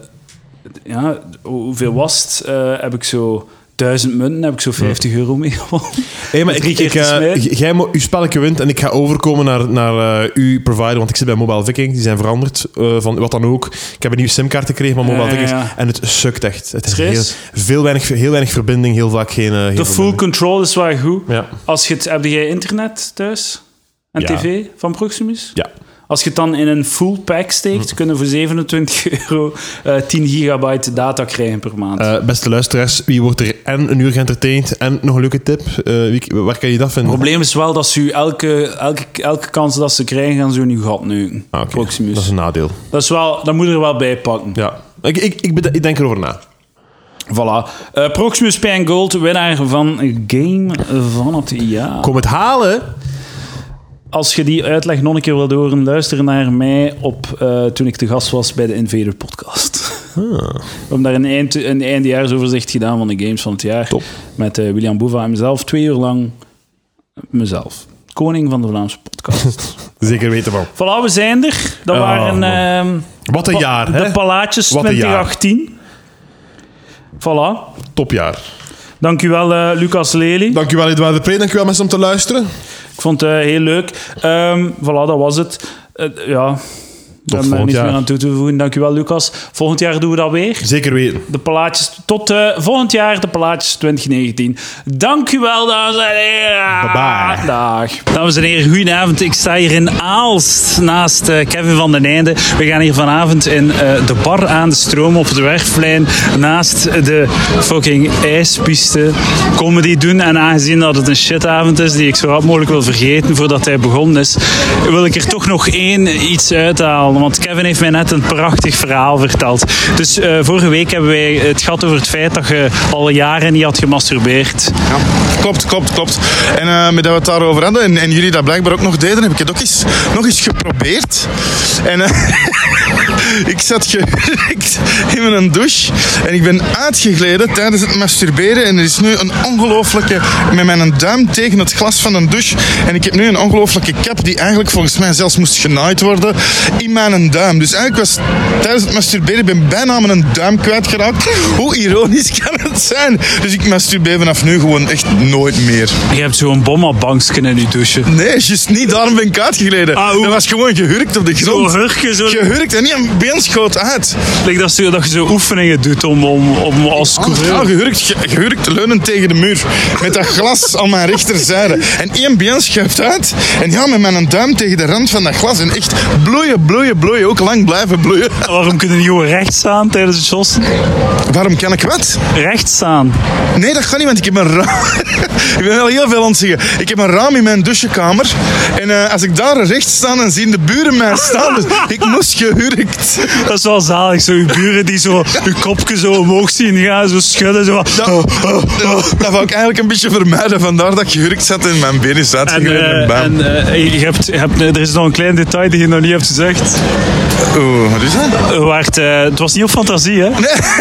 ja, hoeveel was het? Uh, heb ik zo... Duizend munten, heb ik zo vijftig euro mee gewonnen. Hey, maar ik, ik, ik, uh, jij mo- uw spelletje wint en ik ga overkomen naar, naar uh, uw provider, want ik zit bij Mobile Vikings, die zijn veranderd, uh, van wat dan ook. Ik heb een nieuwe simkaart gekregen van Mobile ja, Vikings ja, ja. en het sukt echt. Het is heel, veel weinig, heel weinig verbinding, heel vaak geen... Uh, de full control is wel goed. Ja. Als je het, heb jij internet thuis? En ja. tv van Proximus? Ja. Als je het dan in een full pack steekt, kunnen we voor zevenentwintig euro uh, tien gigabyte data krijgen per maand. Uh, beste luisteraars, wie wordt er en een uur geëntertained en nog een leuke tip? Uh, wie, waar kan je dat vinden? Het probleem is wel dat ze u elke, elke, elke kans dat ze krijgen, gaan ze in uw gat neuken. Ah, okay. Proximus. Dat is een nadeel. Dat, is wel, dat moet er wel bij pakken. Ja, ik, ik, ik, ik denk erover na. Voilà. Uh, Proximus Pay and Gold, winnaar van Game van het jaar. Kom het halen! Als je die uitleg nog een keer wilt horen, luister naar mij op uh, toen ik te gast was bij de Invader podcast. Ah. We hebben daar een, eind, een eindejaarsoverzicht gedaan van de games van het jaar. Top. Met uh, William Boeva en mezelf. Twee uur lang mezelf. Koning van de Vlaamse podcast. Zeker weten van. Voilà, we zijn er. Dat oh, waren... Uh, Wat een jaar, hè? De Palaatjes twintig achttien. Voilà. Topjaar. Dank u wel, uh, Lucas Lely. Dank u wel, Edouard de Pre. Dank u wel, mensen, om te luisteren. Ik vond het uh, heel leuk. Um, voilà, dat was het. Uh, ja, ik heb er niets meer aan toe te voegen. Dank u wel, Lucas. Volgend jaar doen we dat weer. Zeker weten. De Palaatjes, tot uh, volgend jaar, de Palaatjes twintig negentien. Dank u wel, dames en heren. Bye bye. Dag. Dames en heren, goedenavond. Ik sta hier in Aalst naast uh, Kevin van den Einde. We gaan hier vanavond in uh, de bar aan de stroom op het Werfplein naast de fucking ijspiste comedy doen. En aangezien dat het een shitavond is die ik zo rap mogelijk wil vergeten voordat hij begonnen is, wil ik er toch nog één iets uithalen. Want Kevin heeft mij net een prachtig verhaal verteld. Dus uh, vorige week hebben wij het gehad over het feit dat je al jaren niet had gemasturbeerd. Ja, klopt, klopt, klopt. En uh, met dat we het daarover hadden en, en jullie dat blijkbaar ook nog deden, heb ik het ook eens, nog eens geprobeerd. En uh, ik zat gehurkt in mijn douche en ik ben uitgegleden tijdens het masturberen en er is nu een ongelooflijke, met mijn duim tegen het glas van een douche en ik heb nu een ongelooflijke cap die eigenlijk volgens mij zelfs moest genaaid worden in mijn duim. Dus eigenlijk was tijdens het masturberen, ik ben bijna mijn duim kwijtgeraakt. Hoe ironisch kan het zijn? Dus ik masturbeer vanaf nu gewoon echt nooit meer. Je hebt zo'n bommabankje in je douche. Nee, juist niet. Daarom ben ik uitgegleden. Ah, dat was gewoon gehurkt op de grond. Zo hurken, zo... Gehurkt en niet een been schoot uit. Like dat, je, dat je zo oefeningen doet om, om, om als coureur... Ah, gehurkt, ge- gehurkt leunend tegen de muur. Met dat glas aan mijn rechterzijde. En één been schuift uit. En ja, met mijn duim tegen de rand van dat glas. En echt bloeien, bloeien, bloeien. Ook lang blijven bloeien. Waarom kunnen niet gewoon recht staan tijdens het jossen? Waarom kan ik wat? Recht staan. Nee, dat gaat niet, want ik heb een raam. Ik ben wel heel veel aan het zeggen. Ik heb een raam in mijn douchekamer. En uh, als ik daar recht sta, dan zien de buren mij staan. Dus ik moest gehurkt. Dat is wel zalig, zo je buren die zo je kopje zo omhoog zien gaan, zo schudden. Zo. Dat, oh, oh, oh, dat wou ik eigenlijk een beetje vermijden. Vandaar dat ik gehurkt zat en mijn been is En, uitgegaan in mijn uh, baan. en uh, je hebt, je hebt, er is nog een klein detail die je nog niet hebt gezegd. Oh, wat is dat? Uh, waar het, uh, het was niet op fantasie, hè?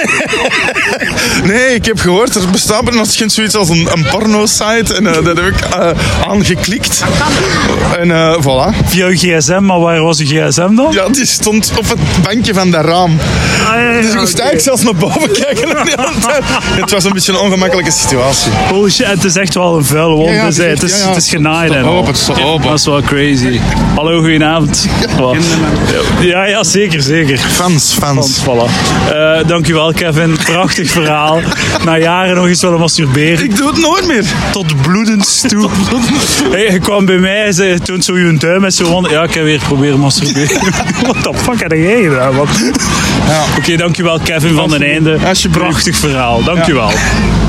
Nee, ik heb gehoord, er bestaat nog geen zoiets als een, een porno-site. En uh, dat heb ik uh, aangeklikt. En uh, voilà. Via je gsm, maar waar was je gsm dan? Ja, die stond op het bankje van dat raam. Ah, ja, ja, Dus ik moest oké. eigenlijk zelfs naar boven kijken. En de hele tijd. Het was een beetje een ongemakkelijke situatie. Holy shit, het is echt wel een vuile wond. Ja, ja, het, is, het is het, is, echt- ja, ja. het is genaaid. Stop en al. open, stop open. Dat is wel crazy. Hallo, goedenavond. Wat? Ja, ja, zeker, zeker. Fans, fans. Voilà. Uh, dankjewel, Kevin. Prachtig verhaal. Na jaren nog eens willen masturberen. Ik doe het nooit meer. Tot bloedens toe. Hey, je kwam bij mij en zei, toont zo je duim met zo'n wond. Ja, ik heb weer proberen masturberen. What the fuck heb jij gedaan, man? Ja. Oké, dankjewel, Kevin van den Einde. Alsjeblieft. Prachtig verhaal. Dankjewel.